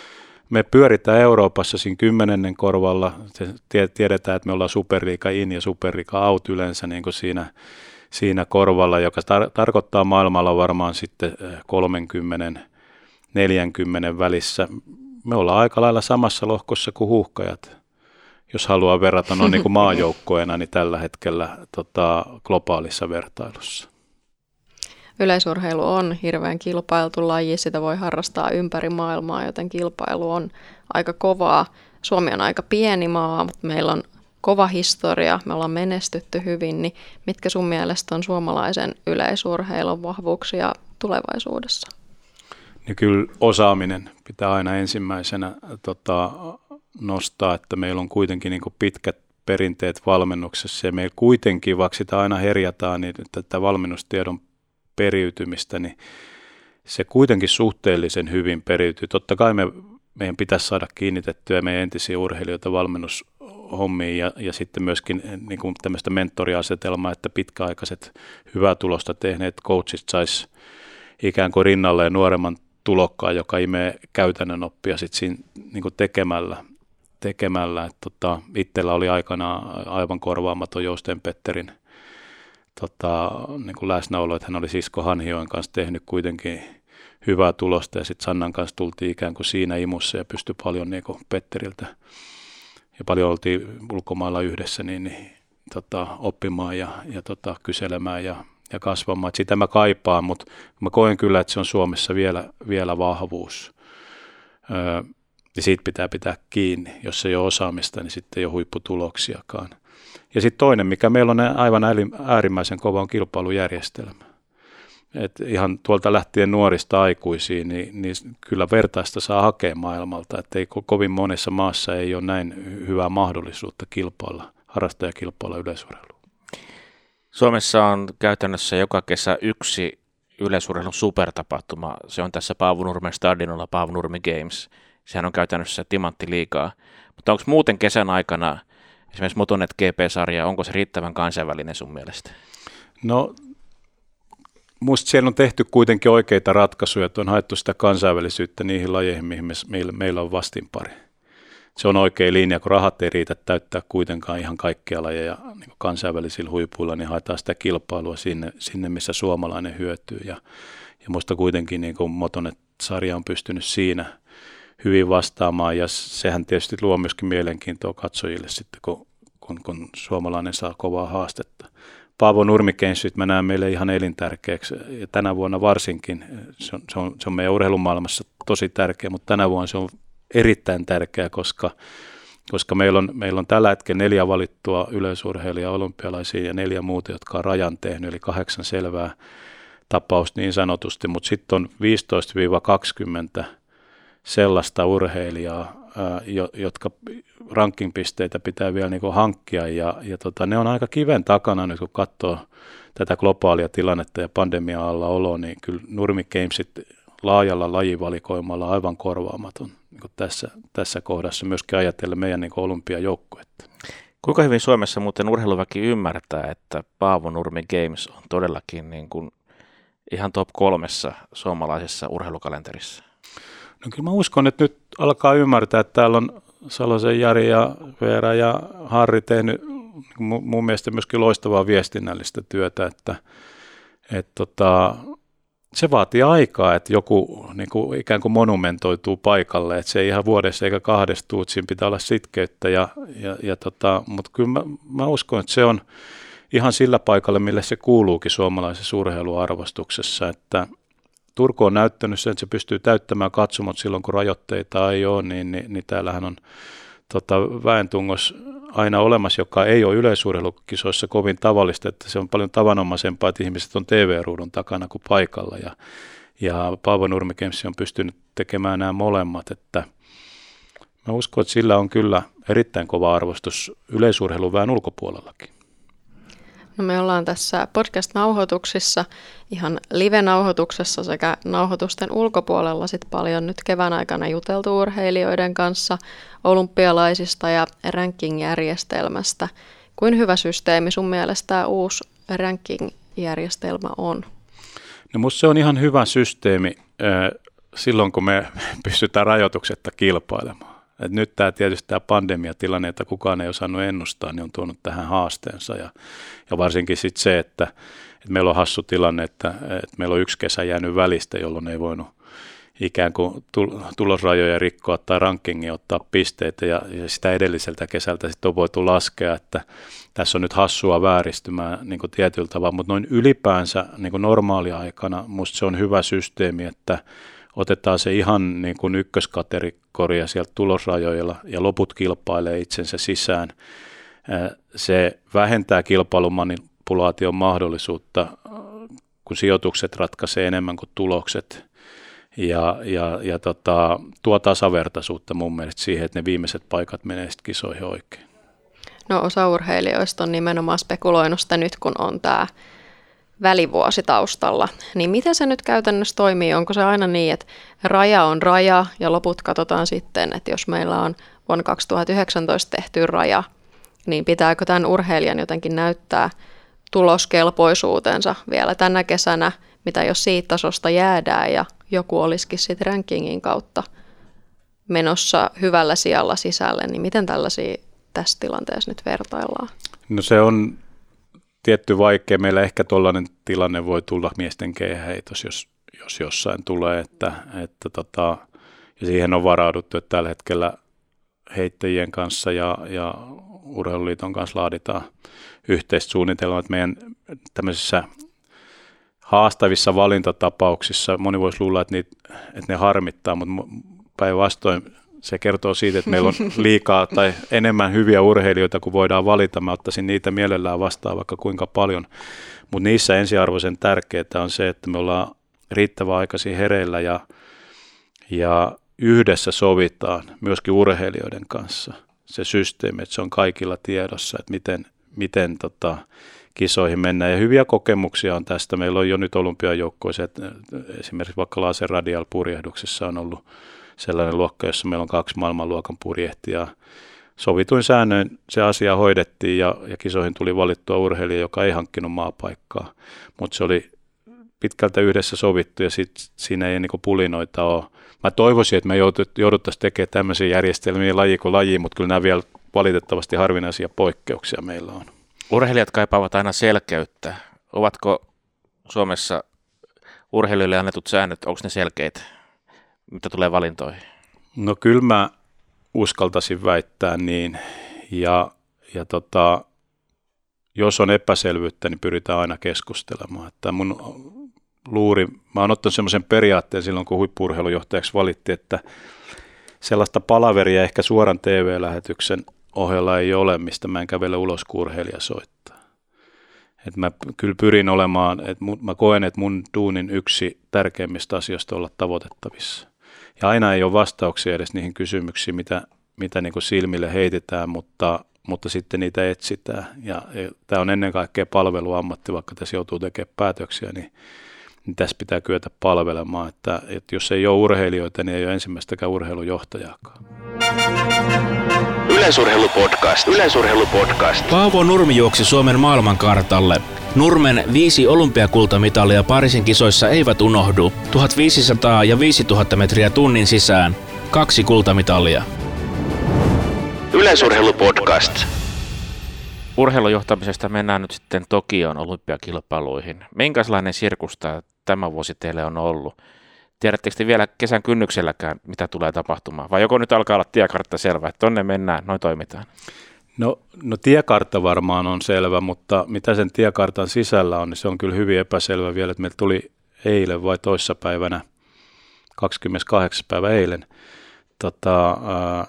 Me pyöritään Euroopassa siinä kymmenennen korvalla, tiedetään, että me ollaan superliiga in ja superliiga out yleensä niin siinä, siinä korvalla, joka tar- tarkoittaa maailmalla varmaan sitten kolmekymmentä neljäkymmentä välissä. Me ollaan aika lailla samassa lohkossa kuin Huuhkajat, jos haluaa verrata noin niin kuin maajoukkoina, niin tällä hetkellä tota, globaalissa vertailussa. Yleisurheilu on hirveän kilpailtu laji, sitä voi harrastaa ympäri maailmaa, joten kilpailu on aika kovaa. Suomi on aika pieni maa, mutta meillä on kova historia, me ollaan menestytty hyvin, niin mitkä sun mielestä on suomalaisen yleisurheilun vahvuuksia tulevaisuudessa? Niin kyllä osaaminen pitää aina ensimmäisenä tota, nostaa, että meillä on kuitenkin niin kuin pitkät perinteet valmennuksessa ja meillä kuitenkin, vaikka sitä aina herjataan, niin tätä valmennustiedon periytymistä, niin se kuitenkin suhteellisen hyvin periytyy. Totta kai me, meidän pitäisi saada kiinnitettyä meidän entisiä urheilijoita valmennushommiin ja, ja sitten myöskin niin kuin tämmöistä mentoriasetelmaa, että pitkäaikaiset hyvää tulosta tehneet coachit sais ikään kuin rinnalleen nuoremman tulokkaan, joka imee käytännön oppia sitten siinä niin kuin tekemällä. tekemällä. Että tota, itsellä oli aikanaan aivan korvaamaton Jousten Petterin tota, niin kuin läsnäolo, että hän oli Sisko Hanhioen kanssa tehnyt kuitenkin hyvää tulosta ja sitten Sannan kanssa tultiin ikään kuin siinä imussa ja pystyi paljon niin kuin Petteriltä ja paljon oltiin ulkomailla yhdessä niin, niin tota, oppimaan ja, ja tota, kyselemään ja, ja kasvamaan. Et sitä mä kaipaan, mutta mä koen kyllä, että se on Suomessa vielä, vielä vahvuus. Öö, ja siitä pitää pitää kiinni. Jos ei ole osaamista, niin sitten ei ole huipputuloksiakaan. Ja sitten toinen, mikä meillä on aivan äärimmäisen kova, on kilpailujärjestelmä. Et ihan tuolta lähtien nuorista aikuisiin, niin, niin kyllä vertaista saa hakea maailmalta. Et ei kovin monessa maassa ei ole näin hyvää mahdollisuutta kilpailla, harrastajakilpailla yleisurheilua. Suomessa on käytännössä joka kesä yksi yleisurheilun supertapahtuma. Se on tässä Paavo Nurmen stadionilla Paavo Nurmi Games. Sehän on käytännössä timanttiliigaa. Mutta onko muuten kesän aikana esimerkiksi Motonet G P-sarja, onko se riittävän kansainvälinen sun mielestä? No, musta siellä on tehty kuitenkin oikeita ratkaisuja, että on haettu sitä kansainvälisyyttä niihin lajeihin, mihin me, meillä, meillä on vastinpari. Se on oikea linja, kun rahat ei riitä täyttää kuitenkaan ihan kaikkia lajeja niin kansainvälisillä huipuilla, niin haetaan sitä kilpailua sinne, sinne missä suomalainen hyötyy. Ja, ja musta kuitenkin niin Motonet-sarja on pystynyt siinä hyvin vastaamaan, ja sehän tietysti luo myöskin mielenkiintoa katsojille sitten, kun, kun, kun suomalainen saa kovaa haastetta. Paavo Nurmi Gamesit mä näen meille ihan elintärkeäksi, ja tänä vuonna varsinkin, se on, se on, se on meidän urheilumaailmassa tosi tärkeä, mutta tänä vuonna se on erittäin tärkeä, koska, koska meillä, on, meillä on tällä hetkellä neljä valittua yleisurheilijaa olympialaisia ja neljä muuta, jotka on rajan tehnyt, eli kahdeksan selvää tapausta niin sanotusti, mutta sitten on viisitoista kaksikymmentä sellaista urheilijaa, ää, jotka rankingpisteitä pitää vielä niinku hankkia, ja, ja tota, ne on aika kiven takana nyt, kun katsoo tätä globaalia tilannetta ja pandemia alla oloa, niin kyllä Nurmi Gamesit laajalla lajivalikoimalla aivan korvaamaton niin tässä, tässä kohdassa, myöskin ajatellen meidän niin olympiajoukkuetta. Kuinka hyvin Suomessa muuten urheiluväki ymmärtää, että Paavo Nurmi Games on todellakin niin kuin ihan top kolmessa suomalaisessa urheilukalenterissa? No kyllä mä uskon, että nyt alkaa ymmärtää, että täällä on Salosen Jari ja Veera ja Harri tehnyt mun mielestä myöskin loistavaa viestinnällistä työtä, että, että tota, se vaatii aikaa, että joku niin kuin ikään kuin monumentoituu paikalle, että se ei ihan vuodessa eikä kahdessa tuu, siinä pitää olla sitkeyttä, ja, ja, ja tota, mutta kyllä mä, mä uskon, että se on ihan sillä paikalla, mille se kuuluukin suomalaisessa urheiluarvostuksessa, että Turku on näyttänyt sen, että se pystyy täyttämään katsomot silloin, kun rajoitteita ei ole, niin, niin, niin täällähän on tota, väentungos aina olemassa, joka ei ole yleisurheilukisoissa kovin tavallista, että se on paljon tavanomaisempaa, että ihmiset on T V-ruudun takana kuin paikalla, ja, ja Paavo Nurmi Games on pystynyt tekemään nämä molemmat, että mä uskon, että sillä on kyllä erittäin kova arvostus yleisurheiluväen ulkopuolellakin. No me ollaan tässä podcast-nauhoituksissa, ihan live-nauhoituksessa sekä nauhoitusten ulkopuolella sit paljon nyt kevään aikana juteltu urheilijoiden kanssa, olympialaisista ja ranking-järjestelmästä. Kuin hyvä systeemi sun mielestä tämä uusi ranking-järjestelmä on? No musta se on ihan hyvä systeemi silloin, kun me pystytään rajoituksetta kilpailemaan. Et nyt tämä tietysti tämä pandemiatilanne, että kukaan ei osannut ennustaa, niin on tuonut tähän haasteensa. Ja, ja varsinkin sitten se, että, että meillä on hassu tilanne, että, että meillä on yksi kesä jäänyt välistä, jolloin ei voinut ikään kuin tulosrajoja rikkoa tai rankingia ottaa pisteitä. Ja, ja sitä edelliseltä kesältä sitten on voitu laskea, että tässä on nyt hassua vääristymää niin kuin tietyllä tavalla. Mutta noin ylipäänsä niin kuin normaaliaikana musta se on hyvä systeemi, että otetaan se ihan niin kuin ykköskategoria sieltä tulosrajoilla ja loput kilpailee itsensä sisään. Se vähentää kilpailumanipulaation mahdollisuutta, kun sijoitukset ratkaisee enemmän kuin tulokset, ja, ja, ja tota, tuo tasavertaisuutta mun mielestä siihen, että ne viimeiset paikat menee sitten kisoihin oikein. No osa urheilijoista on nimenomaan spekuloinut sitä nyt, kun on tämä välivuosi taustalla, niin miten se nyt käytännössä toimii? Onko se aina niin, että raja on raja ja loput katsotaan sitten, että jos meillä on vuonna kaksituhattayhdeksäntoista tehty raja, niin pitääkö tämän urheilijan jotenkin näyttää tuloskelpoisuutensa vielä tänä kesänä, mitä jos siitä tasosta jäädään ja joku olisikin sitten rankingin kautta menossa hyvällä sijalla sisälle, niin miten tällaisia tässä tilanteessa nyt vertaillaan? No se on tietty vaikea. Meillä ehkä tuollainen tilanne voi tulla miesten keihäitos, jos, jos jossain tulee, että, että tota, ja siihen on varauduttu, että tällä hetkellä heittäjien kanssa ja, ja Urheiluliiton kanssa laaditaan yhteistä suunnitelmaa, että meidän tämmöisissä haastavissa valintatapauksissa, moni voisi luulla, että, niitä, että ne harmittaa, mutta päinvastoin se kertoo siitä, että meillä on liikaa tai enemmän hyviä urheilijoita kuin voidaan valita. Mä ottaisin niitä mielellään vastaan vaikka kuinka paljon, mutta niissä ensiarvoisen tärkeää on se, että me ollaan riittävän aikaisin hereillä ja, ja yhdessä sovitaan myöskin urheilijoiden kanssa se systeemi, että se on kaikilla tiedossa, että miten, miten tota, kisoihin mennään. Ja hyviä kokemuksia on tästä. Meillä on jo nyt olympiajoukkoiset, esimerkiksi vaikka laser radial purjehduksessa on ollut sellainen luokka, jossa meillä on kaksi maailmanluokan purjehtijaa. Sovituin säännöin se asia hoidettiin ja, ja kisoihin tuli valittua urheilija, joka ei hankkinut maapaikkaa, mutta se oli pitkältä yhdessä sovittu ja sit, siinä ei niin pulinoita ole. Mä toivoisin, että me jouduttaisiin tekemään tämmöisiä järjestelmiä laji kuin laji, mutta kyllä nämä vielä valitettavasti harvinaisia poikkeuksia meillä on. Urheilijat kaipaavat aina selkeyttä. Ovatko Suomessa urheilijoille annetut säännöt, onko ne selkeitä, mitä tulee valintoihin? No kyllä mä uskaltaisin väittää niin, ja, ja tota, jos on epäselvyyttä, niin pyritään aina keskustelemaan. Että mun luuri, mä oon ottanut semmoisen periaatteen silloin, kun huippu-urheilujohtajaksi valittiin, että sellaista palaveria ehkä suoran T V-lähetyksen ohella ei ole, mistä mä en kävele ulos, kun urheilija soittaa. Et mä kyllä pyrin olemaan, että mä koen, että mun duunin yksi tärkeimmistä asioista on olla tavoitettavissa. Ja aina ei ole vastauksia edes niihin kysymyksiin, mitä, mitä niin kuin silmille heitetään, mutta, mutta sitten niitä etsitään. Ja, ja tämä on ennen kaikkea palveluammatti, vaikka tässä joutuu tekemään päätöksiä, niin, niin tässä pitää kyetä palvelemaan, että, että jos ei ole urheilijoita, niin ei ole ensimmäistäkään urheilujohtajaakaan. Yleisurheilupodcast. Yleisurheilupodcast. Paavo Nurmi juoksi Suomen maailmankartalle. Nurmen viisi olympiakultamitalia Pariisin kisoissa eivät unohdu. tuhatviisisataa ja viisituhatta metriä tunnin sisään. Kaksi kultamitalia. Yleisurheilupodcast. Urheilujohtamisesta mennään nyt sitten Tokion olympiakilpailuihin. Minkälainen sirkus tämä vuosi teille on ollut? Tiedättekö te vielä kesän kynnykselläkään, mitä tulee tapahtumaan? Vai joko nyt alkaa olla tiekartta selvä, että tonne mennään, noin toimitaan? No, no tiekartta varmaan on selvä, mutta mitä sen tiekartan sisällä on, niin se on kyllä hyvin epäselvä vielä. Että meillä tuli eilen vai toissapäivänä, kahdeskymmeneskahdeksas päivä eilen, tota, ää,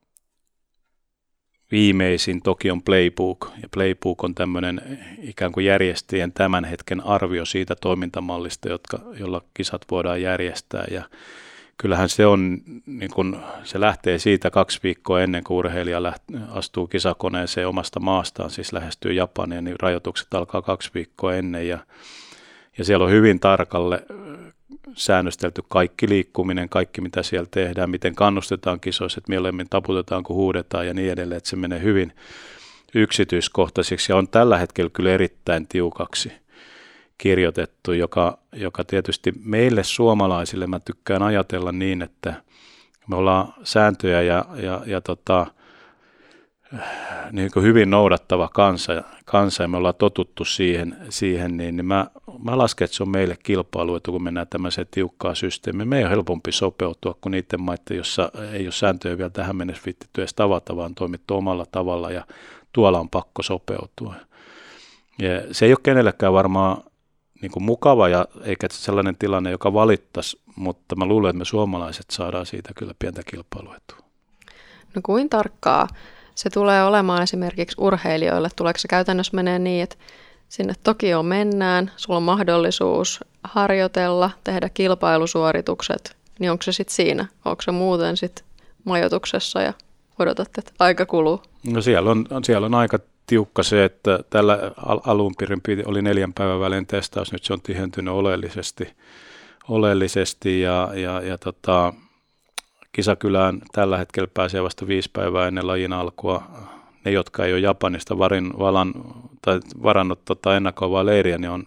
viimeisin Tokion Playbook. Ja Playbook on tämmöinen ikään kuin järjestäjien tämän hetken arvio siitä toimintamallista, jotka, jolla kisat voidaan järjestää. Ja kyllähän se on, niin kun se lähtee siitä kaksi viikkoa ennen kuin urheilija läht- astuu kisakoneeseen omasta maastaan, siis lähestyy Japania, niin rajoitukset alkaa kaksi viikkoa ennen. Ja, ja siellä on hyvin tarkalle säännöstelty kaikki liikkuminen, kaikki mitä siellä tehdään, miten kannustetaan kisoissa, että mieluummin taputetaan kuin huudetaan ja niin edelleen, että se menee hyvin yksityiskohtaisiksi ja on tällä hetkellä kyllä erittäin tiukaksi kirjoitettu, joka, joka tietysti meille suomalaisille mä tykkään ajatella niin, että me ollaan sääntöjä ja, ja, ja tota, niin kuin hyvin noudattava kansa, kansa ja me ollaan totuttu siihen, siihen niin, niin mä, mä lasken, että se on meille kilpailu, että kun mennään tämmöiseen tiukkaan systeemiin, me ei ole helpompi sopeutua kuin niiden maiden, jossa ei ole sääntöjä vielä tähän mennessä viittitty edes tavata, vaan toimittu omalla tavalla ja tuolla on pakko sopeutua. Ja se ei ole kenellekään varmaan niin kuin mukava ja eikä sellainen tilanne, joka valittaisi, mutta mä luulen, että me suomalaiset saadaan siitä kyllä pientä kilpailuetua. No kuin tarkkaa se tulee olemaan esimerkiksi urheilijoille? Tuleeko se käytännössä menee niin, että sinne Tokioon mennään, sulla on mahdollisuus harjoitella, tehdä kilpailusuoritukset, niin onko se sitten siinä? Onko se muuten sitten majoituksessa ja odotat, että aika kuluu? No siellä on, siellä on aika tiukka se, että tällä alun perin oli neljän päivän välein testaus, nyt se on tihentynyt oleellisesti, oleellisesti ja, ja, ja tota, kisakylään tällä hetkellä pääsee vasta viisi päivää ennen lajin alkua. Ne, jotka ei ole Japanista varin, valan, tai varannut tota ennakoivaa leiriä, niin on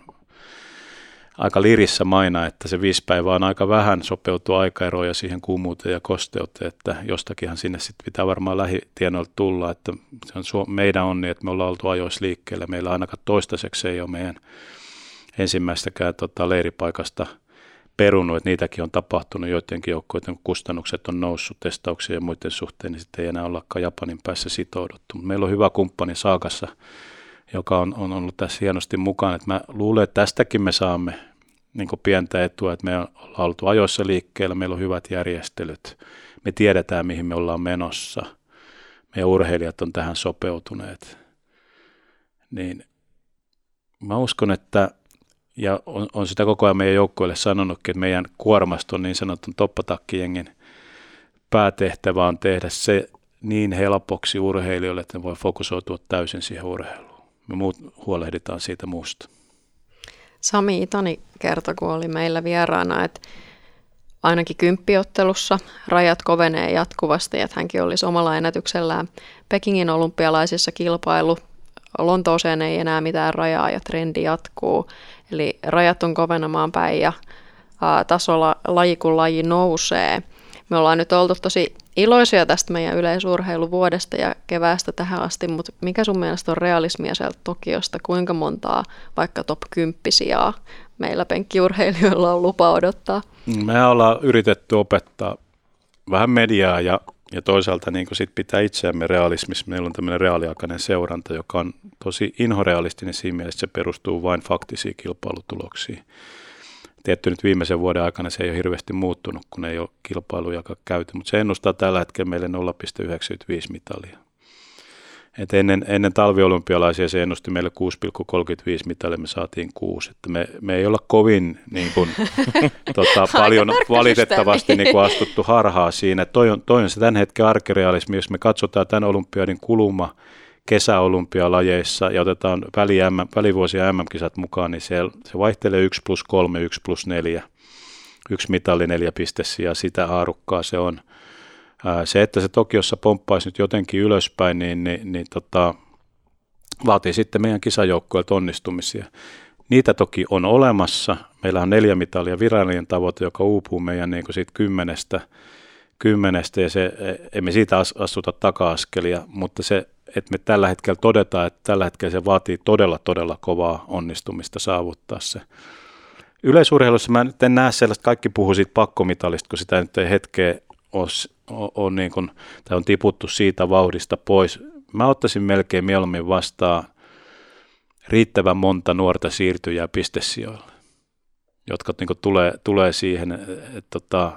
aika lirissä maina, että se viisi päivää on aika vähän sopeutua aikaeroja siihen kuumuuteen ja kosteuteen, että jostakinhan sinne sitten pitää varmaan lähitienoilta tulla, että se on meidän onni, että me ollaan oltu ajoissa liikkeelle. Meillä ainakaan toistaiseksi ei ole meidän ensimmäistäkään tota, leiripaikasta perunut, että niitäkin on tapahtunut joidenkin joukkoiden, kun kustannukset on noussut testauksia ja muiden suhteen, niin sitten ei enää ollakaan Japanin päässä sitouduttu. Meillä on hyvä kumppani Saakassa, joka on, on ollut tässä hienosti mukana. Että mä luulen, että tästäkin me saamme niin kuin pientä etua, että me ollaan oltu ajoissa liikkeellä, meillä on hyvät järjestelyt, me tiedetään mihin me ollaan menossa, meidän urheilijat on tähän sopeutuneet. Niin mä uskon, että ja on, on sitä koko ajan meidän joukkoille sanonutkin, että meidän kuormasta on niin sanotun toppatakkijengin päätehtävä on tehdä se niin helpoksi urheilijoille, että ne voi fokusoitua täysin siihen urheiluun. Me muut huolehditaan siitä muusta. Sami Itani kertoi, kun oli meillä vieraana, että ainakin kymppiottelussa rajat kovenee jatkuvasti, että hänkin olisi omalla ennätyksellään Pekingin olympialaisissa kilpailu. Lontooseen ei enää mitään rajaa ja trendi jatkuu, eli rajat on kovenemaan päin ja ä, tasolla laji kun laji nousee. Me ollaan nyt oltu tosi iloisia tästä meidän yleisurheiluvuodesta ja keväästä tähän asti, mutta mikä sun mielestä on realismia sieltä Tokiosta? Kuinka montaa vaikka top kymmenen sijaa meillä penkkiurheilijoilla on lupa odottaa? Me ollaan yritetty opettaa vähän mediaa ja, ja toisaalta niin sit pitää itseämme realismissa. Meillä on tämmöinen reaaliaikainen seuranta, joka on tosi inhorealistinen siinä mielessä, että se perustuu vain faktisiin kilpailutuloksiin. Tietty nyt viimeisen vuoden aikana se ei ole hirveästi muuttunut, kun ei ole kilpailujakaan käyty, mutta se ennustaa tällä hetkellä meille nolla pilkku yhdeksänkymmentäviisi mitalia. Et ennen, ennen talviolympialaisia se ennusti meille kuusi pilkku kolmekymmentäviisi mitalia, me saatiin kuusi. Että me, me ei olla kovin niin kuin, tota, paljon valitettavasti niin kuin astuttu harhaa siinä. Toi on, toi on se tämän hetken arkirealismi, jos me katsotaan tämän olympiadin kuluma kesäolympialajeissa ja otetaan väli M, välivuosia M M-kisat mukaan, niin se, se vaihtelee yksi plus kolme, yksi plus neljä. Yksi mitalli, neljä pistesiä, sitä haarukkaa se on. Ää, se, että se Tokiossa pomppaisi nyt jotenkin ylöspäin, niin, niin, niin tota, vaatii sitten meidän kisajoukkueelta onnistumisia. Niitä toki on olemassa. Meillä on neljä mitalia virallinen tavoite, joka uupuu meidän niin kuin siitä kymmenestä, kymmenestä ja se, emme siitä astuta taka-askelia, mutta se, että me tällä hetkellä todetaan, että tällä hetkellä se vaatii todella, todella kovaa onnistumista saavuttaa se. Yleisurheilussa mä nyt en näe sellaista, kaikki puhuu siitä pakkomitalista, kun sitä nyt ei hetkeä ole, ole niin kuin, tai on tiputtu siitä vauhdista pois. Mä ottaisin melkein mieluummin vastaan riittävän monta nuorta siirtyjää pistesijoille, jotka niin kuin tulee, tulee siihen, että tota,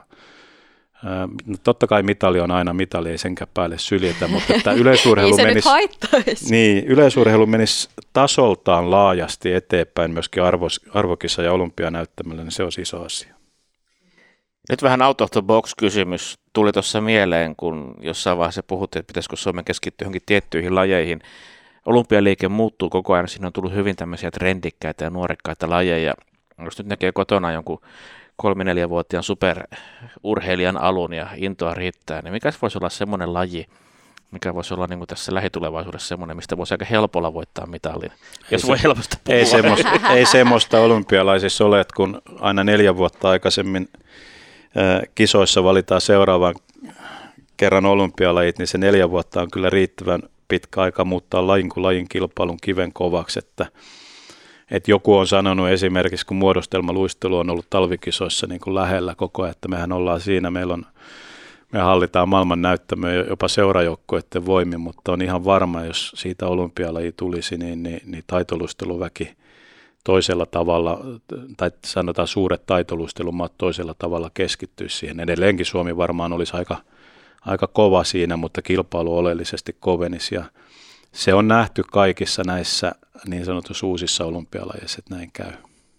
no totta kai mitali on aina mitali, ei senkään päälle syljetä, mutta että yleisurheilu, menisi, niin, yleisurheilu menisi tasoltaan laajasti eteenpäin myöskin arvos, arvokissa ja olympianäyttämällä, niin se on iso asia. Nyt vähän out of the box -kysymys tuli tuossa mieleen, kun jossain vaiheessa puhuttiin, että pitäisikö Suomen keskittyä johonkin tiettyihin lajeihin. Olympialiike muuttuu koko ajan, siinä on tullut hyvin tämmöisiä trendikkäitä ja nuorikkaita lajeja. Jos nyt näkee kotona jonkun kolme-neljävuotiaan superurheilijan alun ja intoa riittää, niin mikä voisi olla semmoinen laji, mikä voisi olla niin kuin tässä lähitulevaisuudessa semmoinen, mistä voisi aika helpolla voittaa mitalin, jos ei voi helposti puhua. Ei semmoista, ei semmoista olympialaisissa ole, että kun aina neljä vuotta aikaisemmin äh, kisoissa valitaan seuraavan kerran olympialajit, niin se neljä vuotta on kyllä riittävän pitkä aika muuttaa lajin kuin lajin kilpailun kiven kovaksi, että että joku on sanonut esimerkiksi, kun muodostelmaluistelu on ollut talvikisoissa niin kuin lähellä koko ajan, että mehän ollaan siinä, meillä on, me hallitaan maailman näyttämöä jopa seurajoukkoiden voimin, mutta on ihan varma, jos siitä olympialaji tulisi, niin, niin, niin taitoluisteluväki toisella tavalla, tai sanotaan suuret taitoluistelumaat toisella tavalla keskittyisi siihen. Edelleenkin Suomi varmaan olisi aika, aika kova siinä, mutta kilpailu oleellisesti kovenisi ja se on nähty kaikissa näissä niin sanotuissa uusissa olympialajeissa, että näin käy.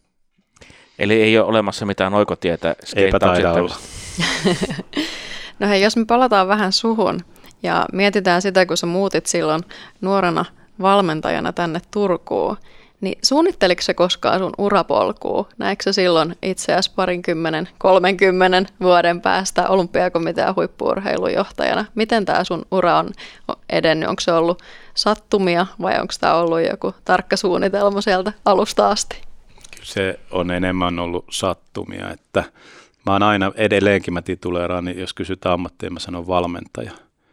Eli ei ole olemassa mitään oikotietä skeittauksen. No hei, jos me palataan vähän suhun ja mietitään sitä, kun sä muutit silloin nuorena valmentajana tänne Turkuun, niin suunnitteliko se koskaan sun urapolkua? Näetkö sä silloin itse asiassa parinkymmenen, kolmenkymmenen vuoden päästä olympiakomitean huippu-urheilujohtajana? Miten tämä sun ura on edennyt? Onko se ollut sattumia vai onko tämä ollut joku tarkka suunnitelma sieltä alusta asti? Kyllä se on enemmän ollut sattumia, että mä oon aina edelleenkin mä tituleeraan, niin jos kysytään ammattia, mä sanon valmentaja.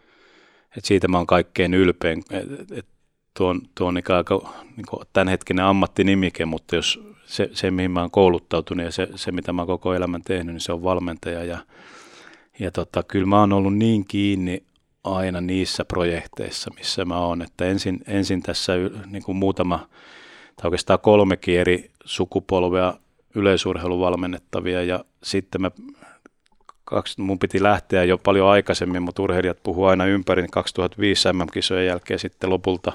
Et siitä mä oon kaikkein ylpein. Et, et, Tuo on, tuo on aika niin kuin tämänhetkinen ammattinimike, mutta jos se, se mihin mä oon kouluttautunut ja se, se, mitä mä oon koko elämän tehnyt, niin se on valmentaja. Ja, ja tota, kyllä mä oon ollut niin kiinni aina niissä projekteissa, missä mä oon, että ensin, ensin tässä niin kuin muutama, tai oikeastaan kolmekin eri sukupolvea yleisurheiluvalmennettavia, ja sitten mä Kaksi, mun piti lähteä jo paljon aikaisemmin, mutta urheilijat puhuu aina ympäri, niin kaksituhattaviisi M M-kisojen jälkeen sitten lopulta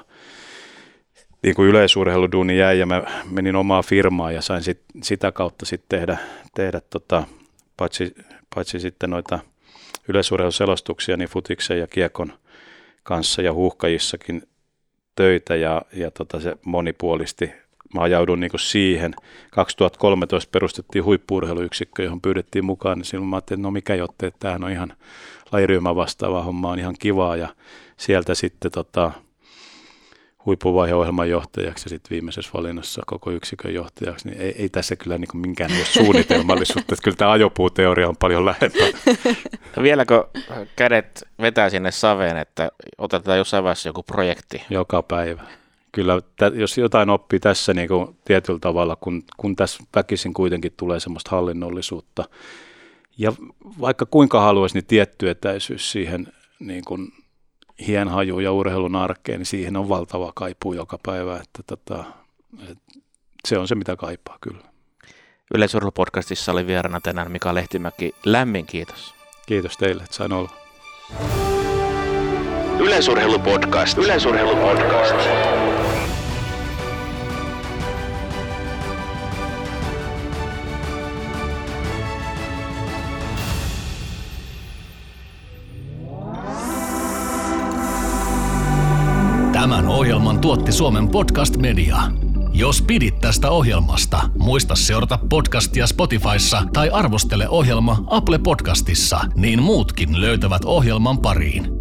niin kuin yleisurheiluduuni jäi ja mä menin omaa firmaa ja sain sit, sitä kautta sitten tehdä, tehdä tota, paitsi, paitsi sitten noita yleisurheiluselostuksia, niin futiksen ja kiekon kanssa ja huuhkajissakin töitä ja, ja tota, se monipuolisti. Mä ajaudun niin kuin siihen. kaksituhattakolmetoista perustettiin huippu-urheiluyksikkö, johon pyydettiin mukaan, niin silloin mä ajattelin, että no mikä jotte, että tämähän on ihan lajiryhmä vastaava homma, on ihan kivaa. Ja sieltä sitten tota, huippuvaihe-ohjelman johtajaksi ja sitten viimeisessä valinnassa koko yksikön johtajaksi, niin ei, ei tässä kyllä niin kuin minkään suunnitelmallisuutta, että kyllä tämä ajopuuteoria on paljon lähempää. Vieläkö kädet vetää sinne saveen, että otetaan jossain vaiheessa joku projekti? Joka päivä. Kyllä, jos jotain oppii tässä niin kuin tietyllä tavalla, kun, kun tässä väkisin kuitenkin tulee semmoista hallinnollisuutta, ja vaikka kuinka haluaisi, niin tietty etäisyys siihen niin kuin hienhajuun ja urheilun arkeen, niin siihen on valtava kaipuu joka päivä, että tota, et se on se, mitä kaipaa kyllä. Yleisurheilupodcastissa oli vieraana tänään Mika Lehtimäki. Lämmin kiitos. Kiitos teille, että sain olla. Yleisurheilupodcast. Yleisurheilupodcast. Tämän Ohjelman tuotti Suomen Podcast Media. Jos pidit tästä ohjelmasta, muista seurata podcastia Spotifyssa tai arvostele ohjelma Apple Podcastissa, niin muutkin löytävät ohjelman pariin.